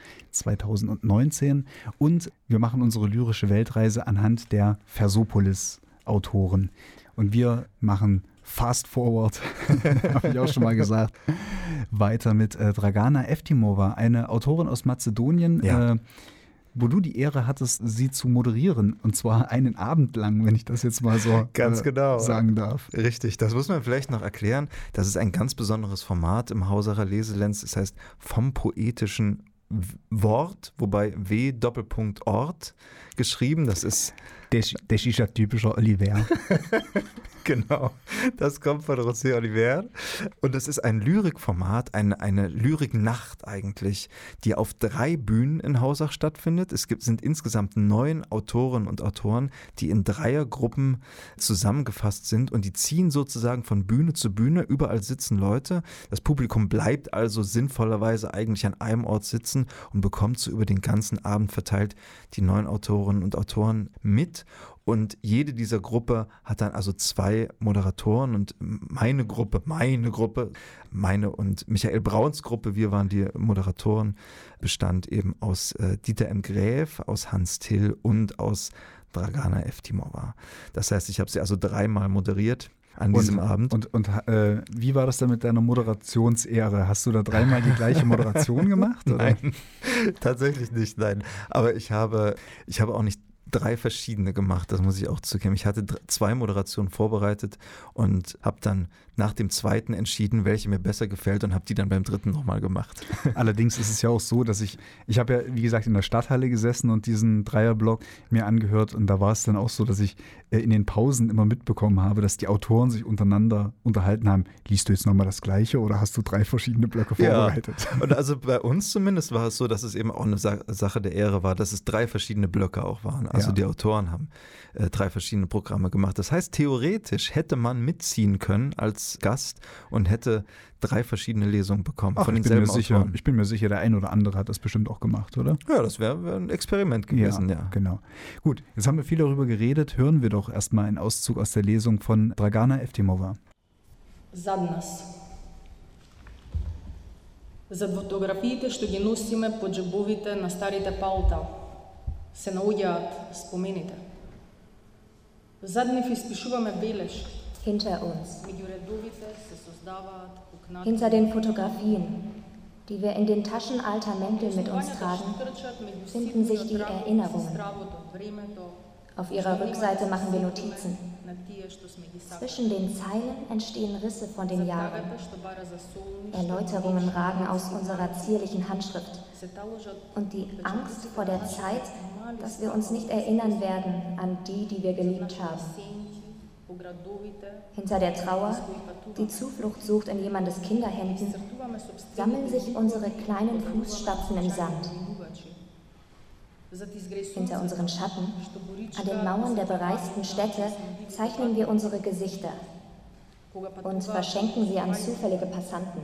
2019 und wir machen unsere lyrische Weltreise anhand der Versopolis-Autoren. Und wir machen Fast Forward, habe ich auch schon mal gesagt, weiter mit Dragana Eftimova, eine Autorin aus Mazedonien, wo du die Ehre hattest, sie zu moderieren. Und zwar einen Abend lang, wenn ich das jetzt mal so ganz genau sagen darf. Richtig, das muss man vielleicht noch erklären. Das ist ein ganz besonderes Format im Hausacher Leselens. Das heißt vom poetischen Wort, wobei W-Ort geschrieben. Das ist ja typischer Oliver. Genau, das kommt von José Oliver. Und das ist ein Lyrikformat, eine Lyriknacht eigentlich, die auf 3 Bühnen in Hausach stattfindet. Sind insgesamt 9 Autorinnen und Autoren, die in Dreiergruppen zusammengefasst sind und die ziehen sozusagen von Bühne zu Bühne. Überall sitzen Leute. Das Publikum bleibt also sinnvollerweise eigentlich an einem Ort sitzen und bekommt so über den ganzen Abend verteilt die 9 Autorinnen und Autoren mit. Und jede dieser Gruppe hat dann also 2 Moderatoren und meine und Michael Brauns Gruppe, wir waren die Moderatoren, bestand eben aus Dieter M. Gräf, aus Hans Till und aus Dragana Eftimova. Das heißt, ich habe sie also 3-mal moderiert an diesem Abend. Und wie war das dann mit deiner Moderationsehre? Hast du da 3-mal die gleiche Moderation gemacht? Oder? Nein, tatsächlich nicht, nein. Aber ich habe auch nicht 3 verschiedene gemacht, das muss ich auch zugeben. Ich hatte 2 Moderationen vorbereitet und habe dann nach dem 2. entschieden, welche mir besser gefällt und habe die dann beim 3. nochmal gemacht. Allerdings ist es ja auch so, dass ich habe ja, wie gesagt, in der Stadthalle gesessen und diesen Dreierblock mir angehört und da war es dann auch so, dass ich in den Pausen immer mitbekommen habe, dass die Autoren sich untereinander unterhalten haben. Liest du jetzt nochmal das Gleiche oder hast du 3 verschiedene Blöcke vorbereitet? Ja. Und also bei uns zumindest war es so, dass es eben auch eine Sache der Ehre war, dass es 3 verschiedene Blöcke auch waren. Also die Autoren haben 3 verschiedene Programme gemacht. Das heißt, theoretisch hätte man mitziehen können als Gast und hätte 3 verschiedene Lesungen bekommen von denselben Autoren. Ich bin mir sicher, der ein oder andere hat das bestimmt auch gemacht, oder? Ja, das wäre ein Experiment gewesen, ja. Genau. Gut, jetzt haben wir viel darüber geredet. Hören wir doch erstmal einen Auszug aus der Lesung von Dragana Eftimova. Заднас. Зад фотографиите што ги носиме по џебовите на старите палта се наоѓаат спомените. Зад нив испишуваме белешки. Hinter uns, hinter den Fotografien, die wir in den Taschen alter Mäntel mit uns tragen, finden sich die Erinnerungen. Auf ihrer Rückseite machen wir Notizen. Zwischen den Zeilen entstehen Risse von den Jahren. Erläuterungen ragen aus unserer zierlichen Handschrift. Und die Angst vor der Zeit, dass wir uns nicht erinnern werden an die, die wir geliebt haben. Hinter der Trauer, die Zuflucht sucht in jemandes Kinderhänden, sammeln sich unsere kleinen Fußstapfen im Sand. Hinter unseren Schatten, an den Mauern der bereisten Städte, zeichnen wir unsere Gesichter und verschenken sie an zufällige Passanten.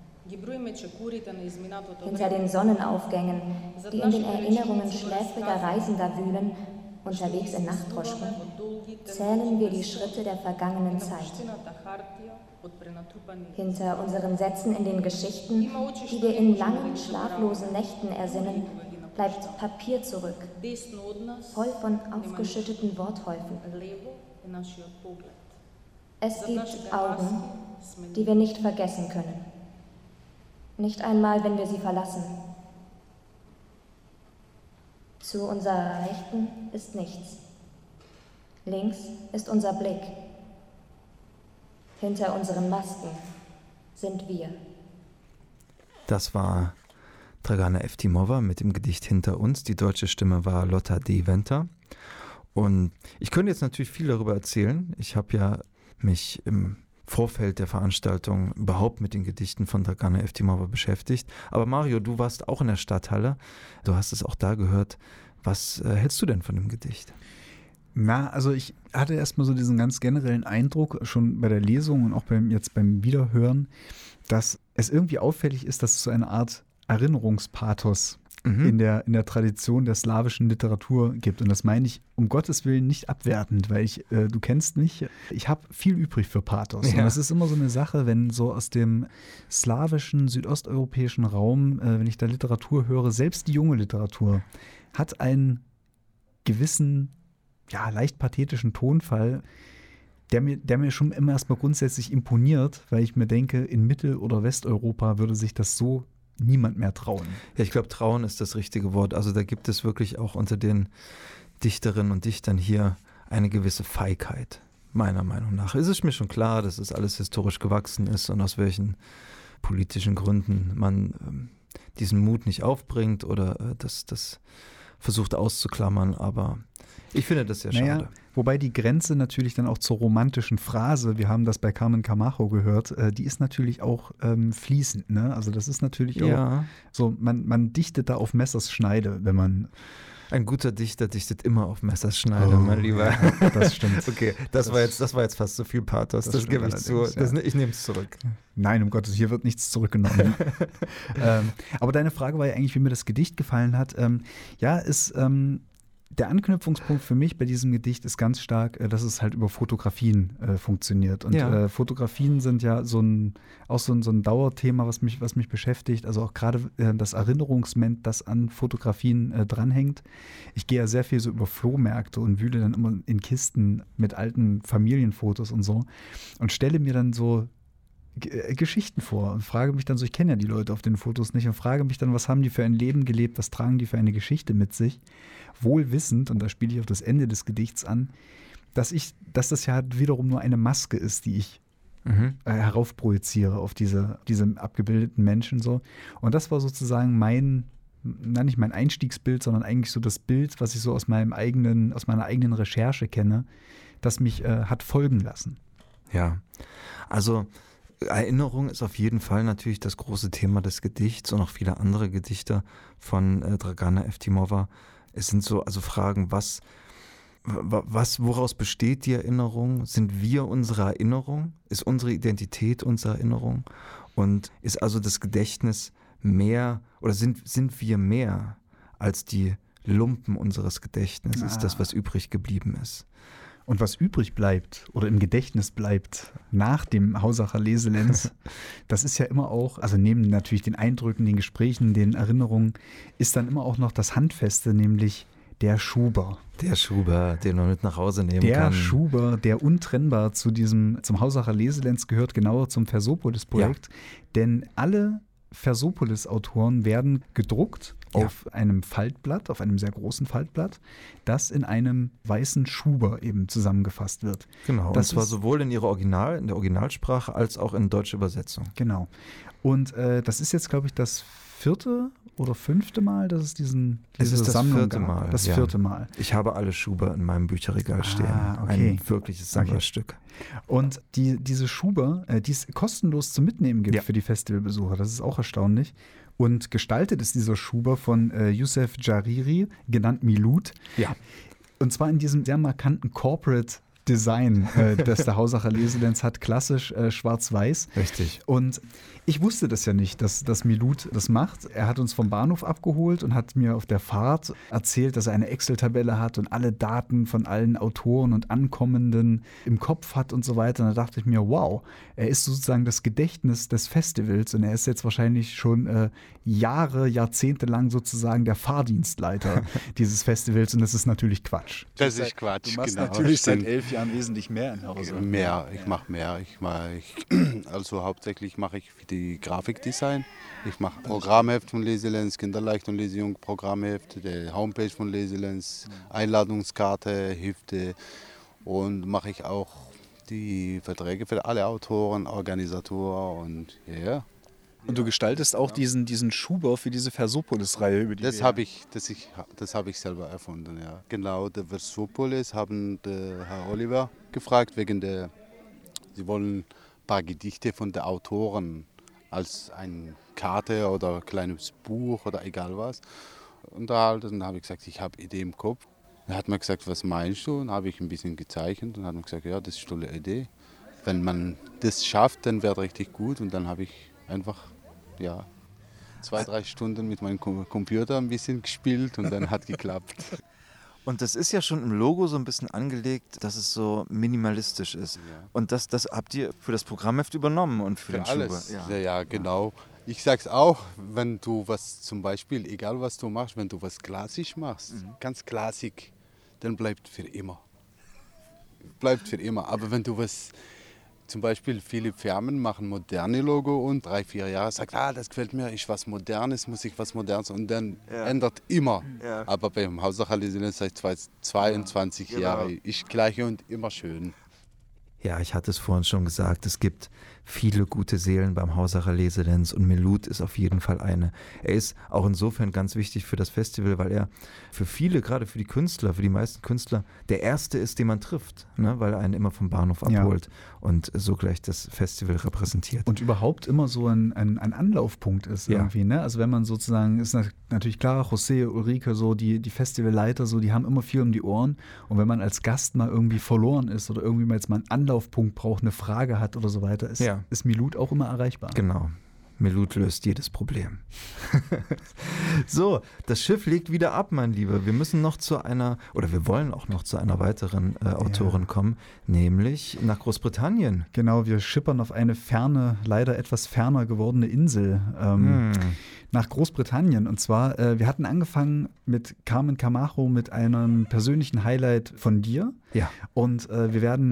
Hinter den Sonnenaufgängen, die in den Erinnerungen schläfriger Reisender wühlen, unterwegs in Nachtdroschken, zählen wir die Schritte der vergangenen Zeit. Hinter unseren Sätzen in den Geschichten, die wir in langen, schlaflosen Nächten ersinnen, bleibt Papier zurück, voll von aufgeschütteten Worthäufen. Es gibt Augen, die wir nicht vergessen können. Nicht einmal, wenn wir sie verlassen. Zu unserer Rechten ist nichts. Links ist unser Blick. Hinter unseren Masken sind wir. Das war Dragana Eftimova mit dem Gedicht Hinter uns. Die deutsche Stimme war Lotta Deventer. Und ich könnte jetzt natürlich viel darüber erzählen. Ich habe ja mich im Vorfeld der Veranstaltung überhaupt mit den Gedichten von Dragana Eftimova beschäftigt. Aber Mario, du warst auch in der Stadthalle. Du hast es auch da gehört. Was hältst du denn von dem Gedicht? Na, also ich hatte erstmal so diesen ganz generellen Eindruck, schon bei der Lesung und auch jetzt beim Wiederhören, dass es irgendwie auffällig ist, dass es so eine Art Erinnerungspathos in der Tradition der slawischen Literatur gibt. Und das meine ich um Gottes Willen nicht abwertend, weil du kennst mich, ich habe viel übrig für Pathos. Ja. Und das ist immer so eine Sache, wenn so aus dem slawischen, südosteuropäischen Raum, wenn ich da Literatur höre, selbst die junge Literatur, hat einen gewissen, ja, leicht pathetischen Tonfall, der mir schon immer erstmal grundsätzlich imponiert, weil ich mir denke, in Mittel- oder Westeuropa würde sich das so niemand mehr trauen. Ja, ich glaube, trauen ist das richtige Wort. Also da gibt es wirklich auch unter den Dichterinnen und Dichtern hier eine gewisse Feigheit, meiner Meinung nach. Es ist mir schon klar, dass es alles historisch gewachsen ist und aus welchen politischen Gründen man diesen Mut nicht aufbringt oder das versucht auszuklammern, aber ich finde das sehr schade. Naja, wobei die Grenze natürlich dann auch zur romantischen Phrase, wir haben das bei Carmen Camacho gehört, die ist natürlich auch fließend. Ne? Also das ist natürlich auch so, man dichtet da auf Messers Schneide, wenn man... Ein guter Dichter dichtet immer auf Messers Schneide, mein Lieber. Das stimmt. Okay, das war jetzt fast zu viel Pathos, das gebe ich zu. Ja. Ich nehme es zurück. Nein, um Gottes, hier wird nichts zurückgenommen. Aber deine Frage war ja eigentlich, wie mir das Gedicht gefallen hat. Der Anknüpfungspunkt für mich bei diesem Gedicht ist ganz stark, dass es halt über Fotografien funktioniert. Und Fotografien sind ja so ein Dauerthema, was mich beschäftigt. Also auch gerade das Erinnerungsment, das an Fotografien dranhängt. Ich gehe ja sehr viel so über Flohmärkte und wühle dann immer in Kisten mit alten Familienfotos und so und stelle mir dann so Geschichten vor und frage mich dann so, ich kenne ja die Leute auf den Fotos nicht, und frage mich dann, was haben die für ein Leben gelebt, was tragen die für eine Geschichte mit sich, wohl wissend, und da spiele ich auf das Ende des Gedichts an, dass das ja wiederum nur eine Maske ist, die ich heraufprojiziere auf diese abgebildeten Menschen so. Und das war sozusagen nicht mein Einstiegsbild, sondern eigentlich so das Bild, was ich so aus meiner eigenen Recherche kenne, das mich hat folgen lassen. Ja, also Erinnerung ist auf jeden Fall natürlich das große Thema des Gedichts und auch viele andere Gedichte von Dragana Eftimova. Es sind so Fragen, woraus besteht die Erinnerung? Sind wir unsere Erinnerung? Ist unsere Identität unsere Erinnerung? Und ist also das Gedächtnis mehr, oder sind wir mehr als die Lumpen unseres Gedächtnisses, das, was übrig geblieben ist? Und was übrig bleibt oder im Gedächtnis bleibt nach dem Hausacher Leselenz, das ist ja immer auch, also neben natürlich den Eindrücken, den Gesprächen, den Erinnerungen, ist dann immer auch noch das Handfeste, nämlich der Schuber. Der Schuber, den man mit nach Hause nehmen kann. Der Schuber, der untrennbar zum Hausacher Leselenz gehört, genauer zum Versopolis-Projekt. Ja. Denn alle Versopolis-Autoren werden gedruckt auf einem Faltblatt, auf einem sehr großen Faltblatt, das in einem weißen Schuber eben zusammengefasst wird. Genau, das war sowohl in der Originalsprache als auch in deutscher Übersetzung. Genau. Und das ist jetzt, glaube ich, das 4. oder 5. Mal, dass es diese Sammlung gab. Das 4. Mal. Ich habe alle Schuber in meinem Bücherregal stehen. Okay. Ein wirkliches Sammlerstück. Und diese Schuber, die es kostenlos zum Mitnehmen gibt für die Festivalbesucher, das ist auch erstaunlich. Und gestaltet ist dieser Schuber von Youssef Jariri, genannt Milut. Ja. Und zwar in diesem sehr markanten Corporate Design, das der Hausacher Leselenz hat, klassisch schwarz-weiß. Richtig. Und ich wusste das ja nicht, dass Milut das macht. Er hat uns vom Bahnhof abgeholt und hat mir auf der Fahrt erzählt, dass er eine Excel-Tabelle hat und alle Daten von allen Autoren und Ankommenden im Kopf hat und so weiter. Und da dachte ich mir, wow, er ist sozusagen das Gedächtnis des Festivals und er ist jetzt wahrscheinlich schon Jahrzehnte lang sozusagen der Fahrdienstleiter dieses Festivals, und das ist natürlich Quatsch. Das ist Quatsch, Du machst natürlich seit 11 Jahren wesentlich mehr in Hause. Ich mache mehr. Also hauptsächlich mache ich die Grafikdesign. Ich mache Programmheft von Leselenz, Kinderleicht und Lesejung Programmheft, die Homepage von Leselenz, Einladungskarte, Hefte, und mache ich auch die Verträge für alle Autoren, Organisatoren und ja. Und du gestaltest auch diesen Schuber für diese Versopolis-Reihe, über die das habe ich selber erfunden, ja. Genau, der Versopolis haben der Herr Oliver gefragt, sie wollen ein paar Gedichte von den Autoren als eine Karte oder ein kleines Buch oder egal was unterhalten. Und dann habe ich gesagt, ich habe Idee im Kopf. Er hat mir gesagt, was meinst du? Und habe ich ein bisschen gezeichnet und hat mir gesagt, ja, das ist eine tolle Idee. Wenn man das schafft, dann wäre es richtig gut. Und dann habe ich einfach 2-3 Stunden mit meinem Computer ein bisschen gespielt und dann hat geklappt. Und das ist ja schon im Logo so ein bisschen angelegt, dass es so minimalistisch ist. Ja. Und das habt ihr für das Programmheft übernommen und für den alles. Schuber. Ja, genau. Ich sag's auch, wenn du was zum Beispiel, egal was du machst, wenn du was klassisch machst, ganz klassisch, dann bleibt für immer. Aber wenn du was, zum Beispiel viele Firmen machen moderne Logo und 3-4 Jahre sagt, das gefällt mir, ist was Modernes, muss ich was Modernes, und dann ändert immer. Ja. Aber beim Hausacher Leselenz seit 22 Jahren ist gleich und immer schön. Ja, ich hatte es vorhin schon gesagt, es gibt viele gute Seelen beim Hausacher Leselenz und Milut ist auf jeden Fall eine. Er ist auch insofern ganz wichtig für das Festival, weil er für viele, gerade für die Künstler, für die meisten Künstler, der Erste ist, den man trifft, ne? Weil er einen immer vom Bahnhof abholt und so gleich das Festival repräsentiert. Und überhaupt immer so ein Anlaufpunkt ist irgendwie, ne? Also wenn man sozusagen, ist natürlich klar, José, Ulrike, so die Festivalleiter, so, die haben immer viel um die Ohren, und wenn man als Gast mal irgendwie verloren ist oder irgendwie mal jetzt mal einen Anlaufpunkt braucht, eine Frage hat oder so weiter, ist Milut auch immer erreichbar. Genau. Milut löst jedes Problem. So, das Schiff legt wieder ab, mein Lieber. Wir müssen noch wir wollen auch noch zu einer weiteren Autorin kommen, nämlich nach Großbritannien. Genau, wir schippern auf eine ferne, leider etwas ferner gewordene Insel nach Großbritannien. Und zwar, wir hatten angefangen mit Carmen Camacho, mit einem persönlichen Highlight von dir. Ja. Und wir werden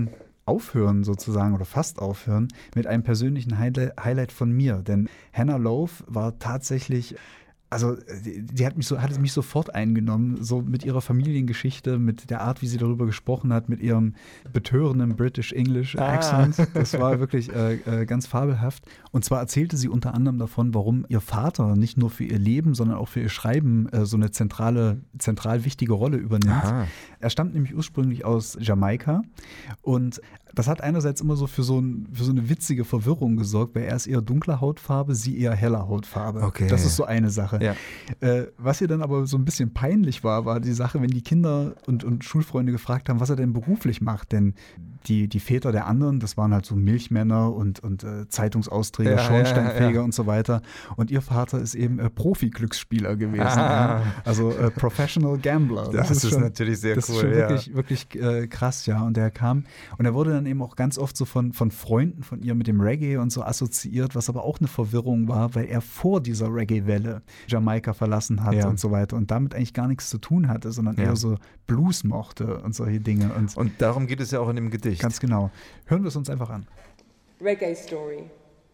aufhören sozusagen oder fast aufhören mit einem persönlichen Highlight von mir. Denn Hannah Love war tatsächlich... Also die hat mich sofort eingenommen, so mit ihrer Familiengeschichte, mit der Art, wie sie darüber gesprochen hat, mit ihrem betörenden British English Accent. Das war wirklich ganz fabelhaft. Und zwar erzählte sie unter anderem davon, warum ihr Vater nicht nur für ihr Leben, sondern auch für ihr Schreiben so eine zentral wichtige Rolle übernimmt. Aha. Er stammt nämlich ursprünglich aus Jamaika und das hat einerseits immer so für so eine witzige Verwirrung gesorgt, weil er ist eher dunkler Hautfarbe, sie eher heller Hautfarbe. Okay. Das ist so eine Sache. Ja. Was ihr dann aber so ein bisschen peinlich war die Sache, wenn die Kinder und Schulfreunde gefragt haben, was er denn beruflich macht. Denn die Väter der anderen, das waren halt so Milchmänner und Zeitungsausträger, Schornsteinfeger und so weiter. Und ihr Vater ist eben Profi-Glücksspieler gewesen. Ja? Also Professional Gambler. Das ist schon, natürlich sehr cool. Das ist schon wirklich krass, ja. Und er kam und er wurde dann eben auch ganz oft so von Freunden von ihr mit dem Reggae und so assoziiert, was aber auch eine Verwirrung war, weil er vor dieser Reggae-Welle Jamaika verlassen hat und so weiter und damit eigentlich gar nichts zu tun hatte, sondern eher so Blues mochte und solche Dinge. Und darum geht es ja auch in dem Gedicht. Ganz genau. Hören wir es uns einfach an. Reggae story.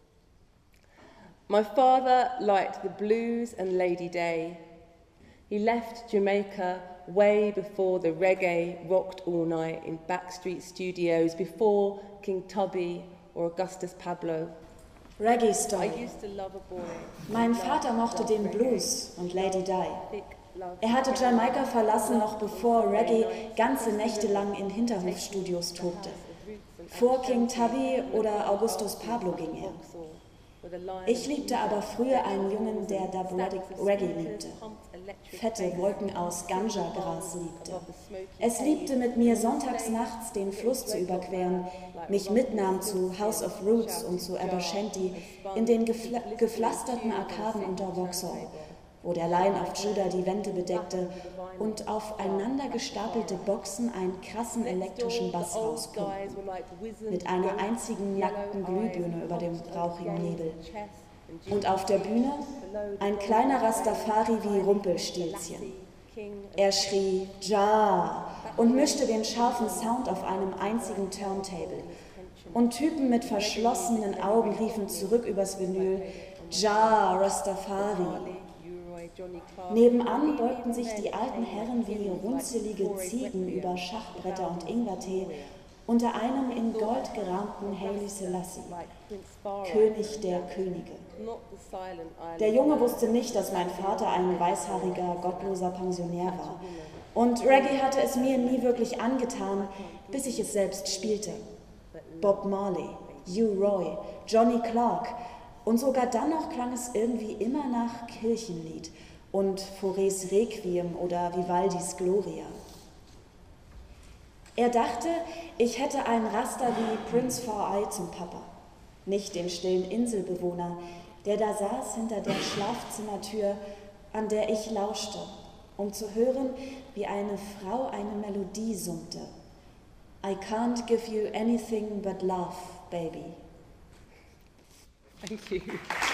My father liked the blues and Lady Day. He left Jamaica way before the reggae rocked all night in backstreet studios, before King Tubby or Augustus Pablo. Reggae Story. Mein Vater mochte den Blues und Lady Di. Er hatte Jamaika verlassen, noch bevor Reggae ganze Nächte lang in Hinterhofstudios tobte. Vor King Tubby oder Augustus Pablo ging er. Ich liebte aber früher einen Jungen, der Dub Reggae liebte. Fette Wolken aus Ganja-Gras liebte. Es liebte mit mir sonntags nachts den Fluss zu überqueren, mich mitnahm zu House of Roots und zu Aberchanty in den gepflasterten Arkaden unter Vauxhall, wo der Lion of Judah die Wände bedeckte und aufeinander gestapelte Boxen einen krassen elektrischen Bass rauspumpten, mit einer einzigen nackten Glühbirne über dem rauchigen Nebel. Und auf der Bühne ein kleiner Rastafari wie Rumpelstilzchen. Er schrie Ja und mischte den scharfen Sound auf einem einzigen Turntable. Und Typen mit verschlossenen Augen riefen zurück übers Vinyl Ja, Rastafari. Nebenan beugten sich die alten Herren wie runzelige Ziegen über Schachbretter und Ingwertee unter einem in Gold gerahmten Haile Selassie, König der Könige. Der Junge wusste nicht, dass mein Vater ein weißhaariger, gottloser Pensionär war. Und Reggae hatte es mir nie wirklich angetan, bis ich es selbst spielte. Bob Marley, Hugh Roy, Johnny Clark. Und sogar dann noch klang es irgendwie immer nach Kirchenlied und Faurés Requiem oder Vivaldis Gloria. Er dachte, ich hätte einen Raster wie Prince 4i zum Papa, nicht den stillen Inselbewohner, der da saß hinter der Schlafzimmertür, an der ich lauschte, um zu hören, wie eine Frau eine Melodie summte. I can't give you anything but love, baby. Thank you.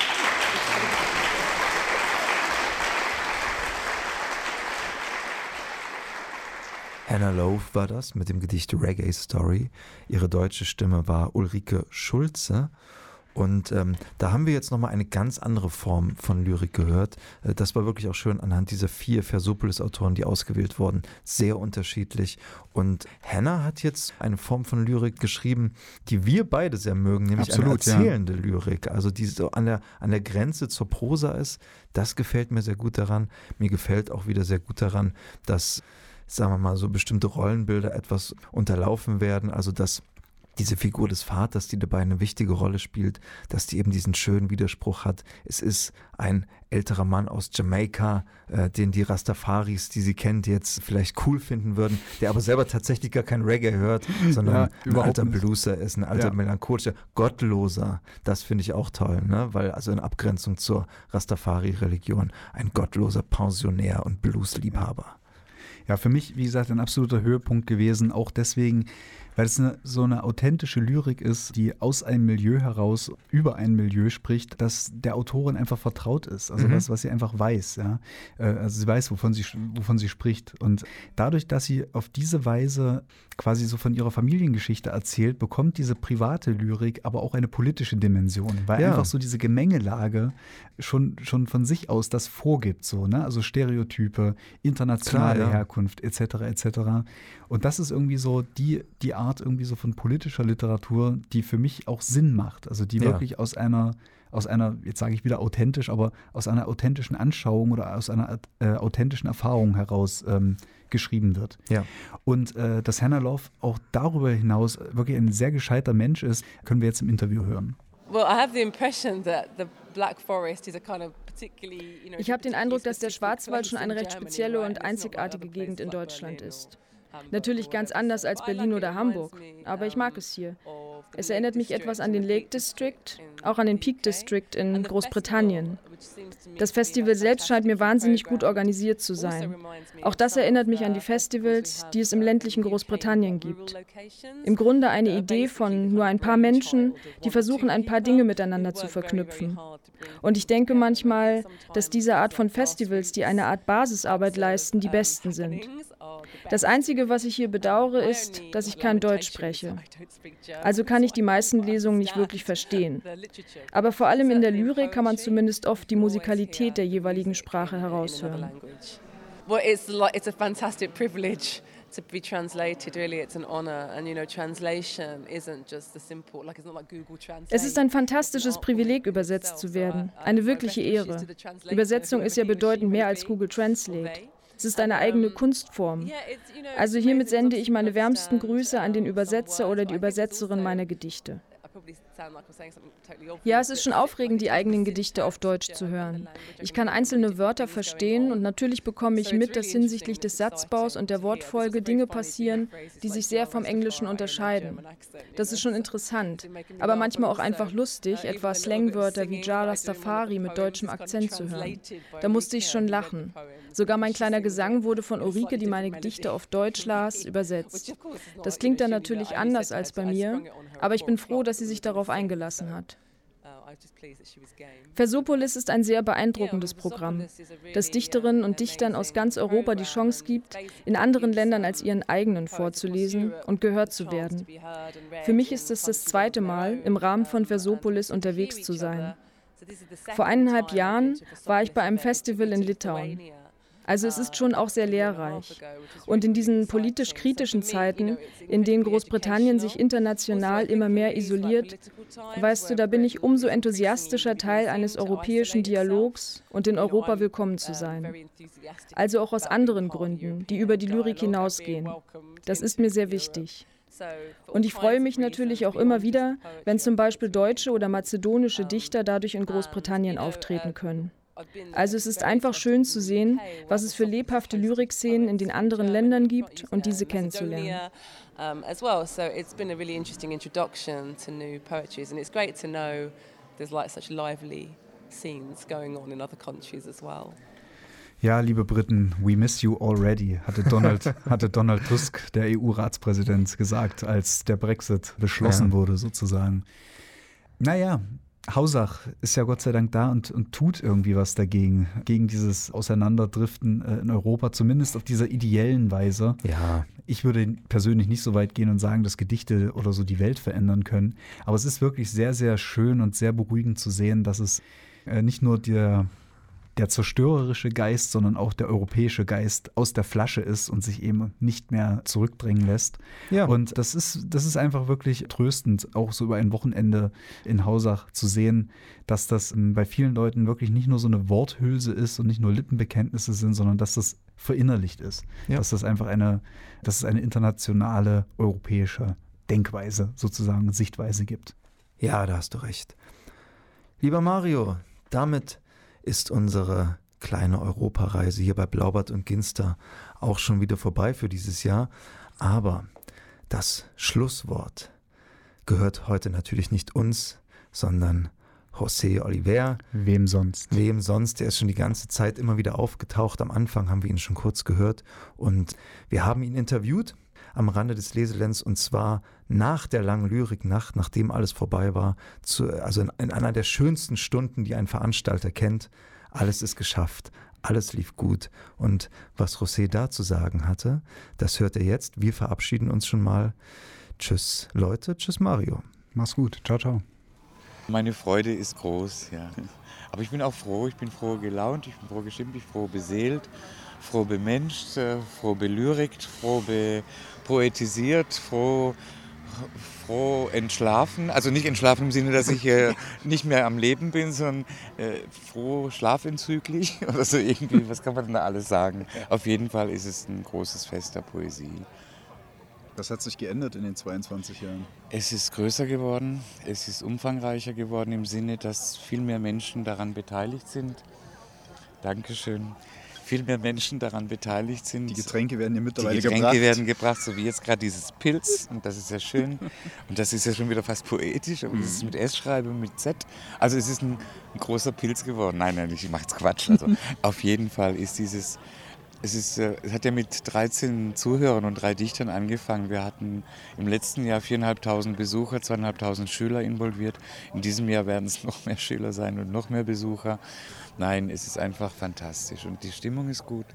Hannah Love war das mit dem Gedicht Reggae Story. Ihre deutsche Stimme war Ulrike Schulze. Und da haben wir jetzt nochmal eine ganz andere Form von Lyrik gehört. Das war wirklich auch schön anhand dieser 4 Versopolis-Autoren, die ausgewählt wurden. Sehr unterschiedlich. Und Hannah hat jetzt eine Form von Lyrik geschrieben, die wir beide sehr mögen, nämlich eine erzählende Lyrik. Also die so an der Grenze zur Prosa ist. Das gefällt mir sehr gut daran. Mir gefällt auch wieder sehr gut daran, dass, sagen wir mal, so bestimmte Rollenbilder etwas unterlaufen werden. Also dass diese Figur des Vaters, die dabei eine wichtige Rolle spielt, dass die eben diesen schönen Widerspruch hat. Es ist ein älterer Mann aus Jamaika, den die Rastafaris, die sie kennt, jetzt vielleicht cool finden würden, der aber selber tatsächlich gar kein Reggae hört, sondern ein alter Blueser ist, ein alter melancholischer, gottloser. Das finde ich auch toll, ne? Weil also in Abgrenzung zur Rastafari-Religion ein gottloser Pensionär und Bluesliebhaber. Ja, für mich, wie gesagt, ein absoluter Höhepunkt gewesen, auch deswegen, weil es so eine authentische Lyrik ist, die aus einem Milieu heraus über ein Milieu spricht, das der Autorin einfach vertraut ist. Also was sie einfach weiß. Ja? Also sie weiß, wovon sie spricht. Und dadurch, dass sie auf diese Weise quasi so von ihrer Familiengeschichte erzählt, bekommt diese private Lyrik aber auch eine politische Dimension, weil einfach so diese Gemengelage schon von sich aus das vorgibt. So, ne? Also Stereotype, internationale Herkunft etc. etc. Und das ist irgendwie so die Art irgendwie so von politischer Literatur, die für mich auch Sinn macht. Also die wirklich aus einer, jetzt sage ich wieder authentisch, aber aus einer authentischen Anschauung oder aus einer authentischen Erfahrung heraus geschrieben wird. Ja. Und dass Hannah Love auch darüber hinaus wirklich ein sehr gescheiter Mensch ist, können wir jetzt im Interview hören. Ich habe den Eindruck, dass der Schwarzwald schon eine recht spezielle und einzigartige Gegend in Deutschland ist. Natürlich ganz anders als Berlin oder Hamburg, aber ich mag es hier. Es erinnert mich etwas an den Lake District, auch an den Peak District in Großbritannien. Das Festival selbst scheint mir wahnsinnig gut organisiert zu sein. Auch das erinnert mich an die Festivals, die es im ländlichen Großbritannien gibt. Im Grunde eine Idee von nur ein paar Menschen, die versuchen, ein paar Dinge miteinander zu verknüpfen. Und ich denke manchmal, dass diese Art von Festivals, die eine Art Basisarbeit leisten, die besten sind. Das Einzige, was ich hier bedauere, ist, dass ich kein Deutsch spreche. Also kann ich die meisten Lesungen nicht wirklich verstehen. Aber vor allem in der Lyrik kann man zumindest oft die Musikalität der jeweiligen Sprache heraushören. To be translated, really, it's an honor. And, translation isn't just the simple, it's not like Google Translate. Es ist ein fantastisches Privileg, übersetzt zu werden. Eine wirkliche Ehre. Übersetzung ist ja bedeutend mehr als Google Translate. Es ist eine eigene Kunstform. Also hiermit sende ich meine wärmsten Grüße an den Übersetzer oder die Übersetzerin meiner Gedichte. Ja, es ist schon aufregend, die eigenen Gedichte auf Deutsch zu hören. Ich kann einzelne Wörter verstehen und natürlich bekomme ich mit, dass hinsichtlich des Satzbaus und der Wortfolge Dinge passieren, die sich sehr vom Englischen unterscheiden. Das ist schon interessant, aber manchmal auch einfach lustig, etwa Slangwörter wie Ja Rastafari mit deutschem Akzent zu hören. Da musste ich schon lachen. Sogar mein kleiner Gesang wurde von Ulrike, die meine Gedichte auf Deutsch las, übersetzt. Das klingt dann natürlich anders als bei mir, aber ich bin froh, dass sie sich darauf eingelassen hat. Versopolis ist ein sehr beeindruckendes Programm, das Dichterinnen und Dichtern aus ganz Europa die Chance gibt, in anderen Ländern als ihren eigenen vorzulesen und gehört zu werden. Für mich ist es das zweite Mal, im Rahmen von Versopolis unterwegs zu sein. Vor 1,5 Jahren war ich bei einem Festival in Litauen. Also es ist schon auch sehr lehrreich. Und in diesen politisch kritischen Zeiten, in denen Großbritannien sich international immer mehr isoliert, weißt du, da bin ich umso enthusiastischer Teil eines europäischen Dialogs und in Europa willkommen zu sein. Also auch aus anderen Gründen, die über die Lyrik hinausgehen. Das ist mir sehr wichtig. Und ich freue mich natürlich auch immer wieder, wenn zum Beispiel deutsche oder mazedonische Dichter dadurch in Großbritannien auftreten können. Also es ist einfach schön zu sehen, was es für lebhafte Lyrikszenen in den anderen Ländern gibt und diese kennenzulernen. As well, so it's been a really interesting introduction to new poetries, and it's great to know there's such lively scenes going on in other countries as well. Ja, liebe Briten, we miss you already, hatte Donald Tusk, der EU-Ratspräsident, gesagt, als der Brexit beschlossen wurde sozusagen. Naja, Hausach ist ja Gott sei Dank da und tut irgendwie was dagegen, gegen dieses Auseinanderdriften in Europa, zumindest auf dieser ideellen Weise. Ja. Ich würde persönlich nicht so weit gehen und sagen, dass Gedichte oder so die Welt verändern können. Aber es ist wirklich sehr, sehr schön und sehr beruhigend zu sehen, dass es nicht nur der zerstörerische Geist, sondern auch der europäische Geist aus der Flasche ist und sich eben nicht mehr zurückdrängen lässt. Ja. Und das ist einfach wirklich tröstend, auch so über ein Wochenende in Hausach zu sehen, dass das bei vielen Leuten wirklich nicht nur so eine Worthülse ist und nicht nur Lippenbekenntnisse sind, sondern dass das verinnerlicht ist. Ja. Dass es eine internationale europäische Denkweise sozusagen, Sichtweise gibt. Ja, da hast du recht. Lieber Mario, damit ist unsere kleine Europareise hier bei Blaubart und Ginster auch schon wieder vorbei für dieses Jahr. Aber das Schlusswort gehört heute natürlich nicht uns, sondern José Oliver. Wem sonst? Wem sonst? Der ist schon die ganze Zeit immer wieder aufgetaucht. Am Anfang haben wir ihn schon kurz gehört und wir haben ihn interviewt. am Rande des Leselands, und zwar nach der langen Lyriknacht, nachdem alles vorbei war, also in einer der schönsten Stunden, die ein Veranstalter kennt. Alles ist geschafft, alles lief gut. Und was José da zu sagen hatte, das hört ihr jetzt. Wir verabschieden uns schon mal. Tschüss Leute, tschüss Mario. Mach's gut, ciao, ciao. Meine Freude ist groß, ja. Aber ich bin auch froh, ich bin froh gelaunt, ich bin froh gestimmt, ich bin froh beseelt, froh bemenscht, froh belyrikt, froh poetisiert, froh entschlafen. Also nicht entschlafen im Sinne, dass ich nicht mehr am Leben bin, sondern froh schlafentzüglich oder so irgendwie. Was kann man denn da alles sagen? Auf jeden Fall ist es ein großes Fest der Poesie. Was hat sich geändert in den 22 Jahren? Es ist größer geworden, es ist umfangreicher geworden im Sinne, dass viel mehr Menschen daran beteiligt sind. Dankeschön. Viel mehr Menschen daran beteiligt sind. Die Getränke werden ja mittlerweile gebracht. Die Getränke werden gebracht, so wie jetzt gerade dieses Pilz. Und das ist ja schön. Und das ist ja schon wieder fast poetisch. Und es ist mit S schreibe, mit Z. Also es ist ein großer Pilz geworden. Nein, ich mache jetzt Quatsch. Also auf jeden Fall ist dieses... Es hat ja mit 13 Zuhörern und 3 Dichtern angefangen. Wir hatten im letzten Jahr 4.500 Besucher, 2.500 Schüler involviert. In diesem Jahr werden es noch mehr Schüler sein und noch mehr Besucher. Nein, es ist einfach fantastisch und die Stimmung ist gut.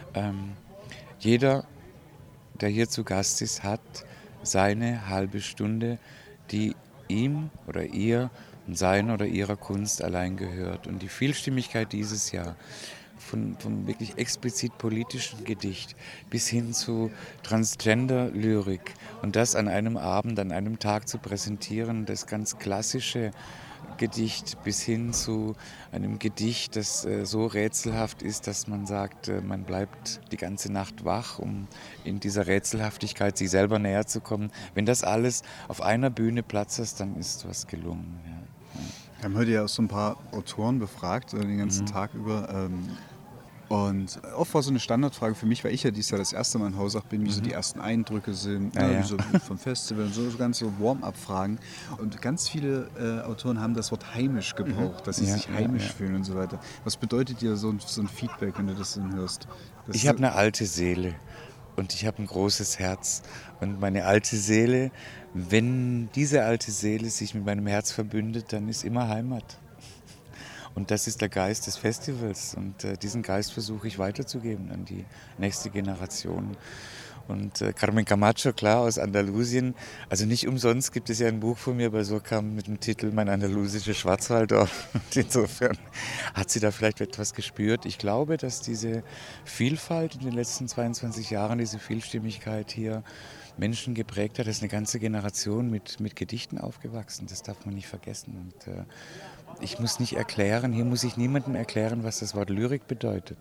Jeder, der hier zu Gast ist, hat seine halbe Stunde, die ihm oder ihr und seiner oder ihrer Kunst allein gehört. Und die Vielstimmigkeit dieses Jahr, von wirklich explizit politischen Gedicht bis hin zu Transgender-Lyrik und das an einem Abend, an einem Tag zu präsentieren, das ganz klassische Gedicht bis hin zu einem Gedicht, das so rätselhaft ist, dass man sagt, man bleibt die ganze Nacht wach, um in dieser Rätselhaftigkeit sich selber näher zu kommen. Wenn das alles auf einer Bühne Platz hat, dann ist was gelungen. Ja. Wir haben heute ja auch so ein paar Autoren befragt, den ganzen Tag über. Und oft war so eine Standardfrage für mich, weil ich ja dieses Jahr das erste Mal in Hausach bin, wie so die ersten Eindrücke sind, wie so vom Festival, so ganze Warm-up-Fragen. Und ganz viele Autoren haben das Wort heimisch gebraucht, dass sie sich heimisch fühlen und so weiter. Was bedeutet dir so ein Feedback, wenn du das dann hörst? Ich habe eine alte Seele und ich habe ein großes Herz. Und meine alte Seele, wenn diese alte Seele sich mit meinem Herz verbündet, dann ist immer Heimat. Und das ist der Geist des Festivals und diesen Geist versuche ich weiterzugeben an die nächste Generation. Und Carmen Camacho, klar, aus Andalusien, also nicht umsonst gibt es ja ein Buch von mir bei Surkamp mit dem Titel Mein andalusisches Schwarzwalddorf. Und insofern hat sie da vielleicht etwas gespürt. Ich glaube, dass diese Vielfalt in den letzten 22 Jahren, diese Vielstimmigkeit hier Menschen geprägt hat. Das ist eine ganze Generation mit Gedichten aufgewachsen, das darf man nicht vergessen. Und ich muss nicht erklären, hier muss ich niemandem erklären, was das Wort Lyrik bedeutet.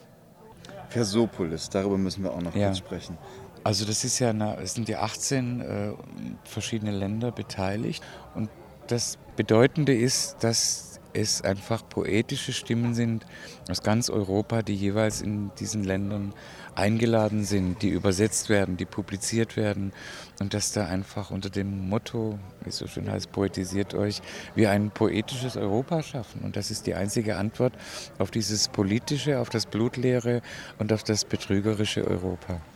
Persepolis, darüber müssen wir auch noch kurz sprechen. Also das ist ja, es sind ja 18 verschiedene Länder beteiligt und das Bedeutende ist, dass es einfach poetische Stimmen sind aus ganz Europa, die jeweils in diesen Ländern eingeladen sind, die übersetzt werden, die publiziert werden und dass da einfach unter dem Motto, wie es so schön heißt, poetisiert euch, wir ein poetisches Europa schaffen und das ist die einzige Antwort auf dieses politische, auf das blutleere und auf das betrügerische Europa.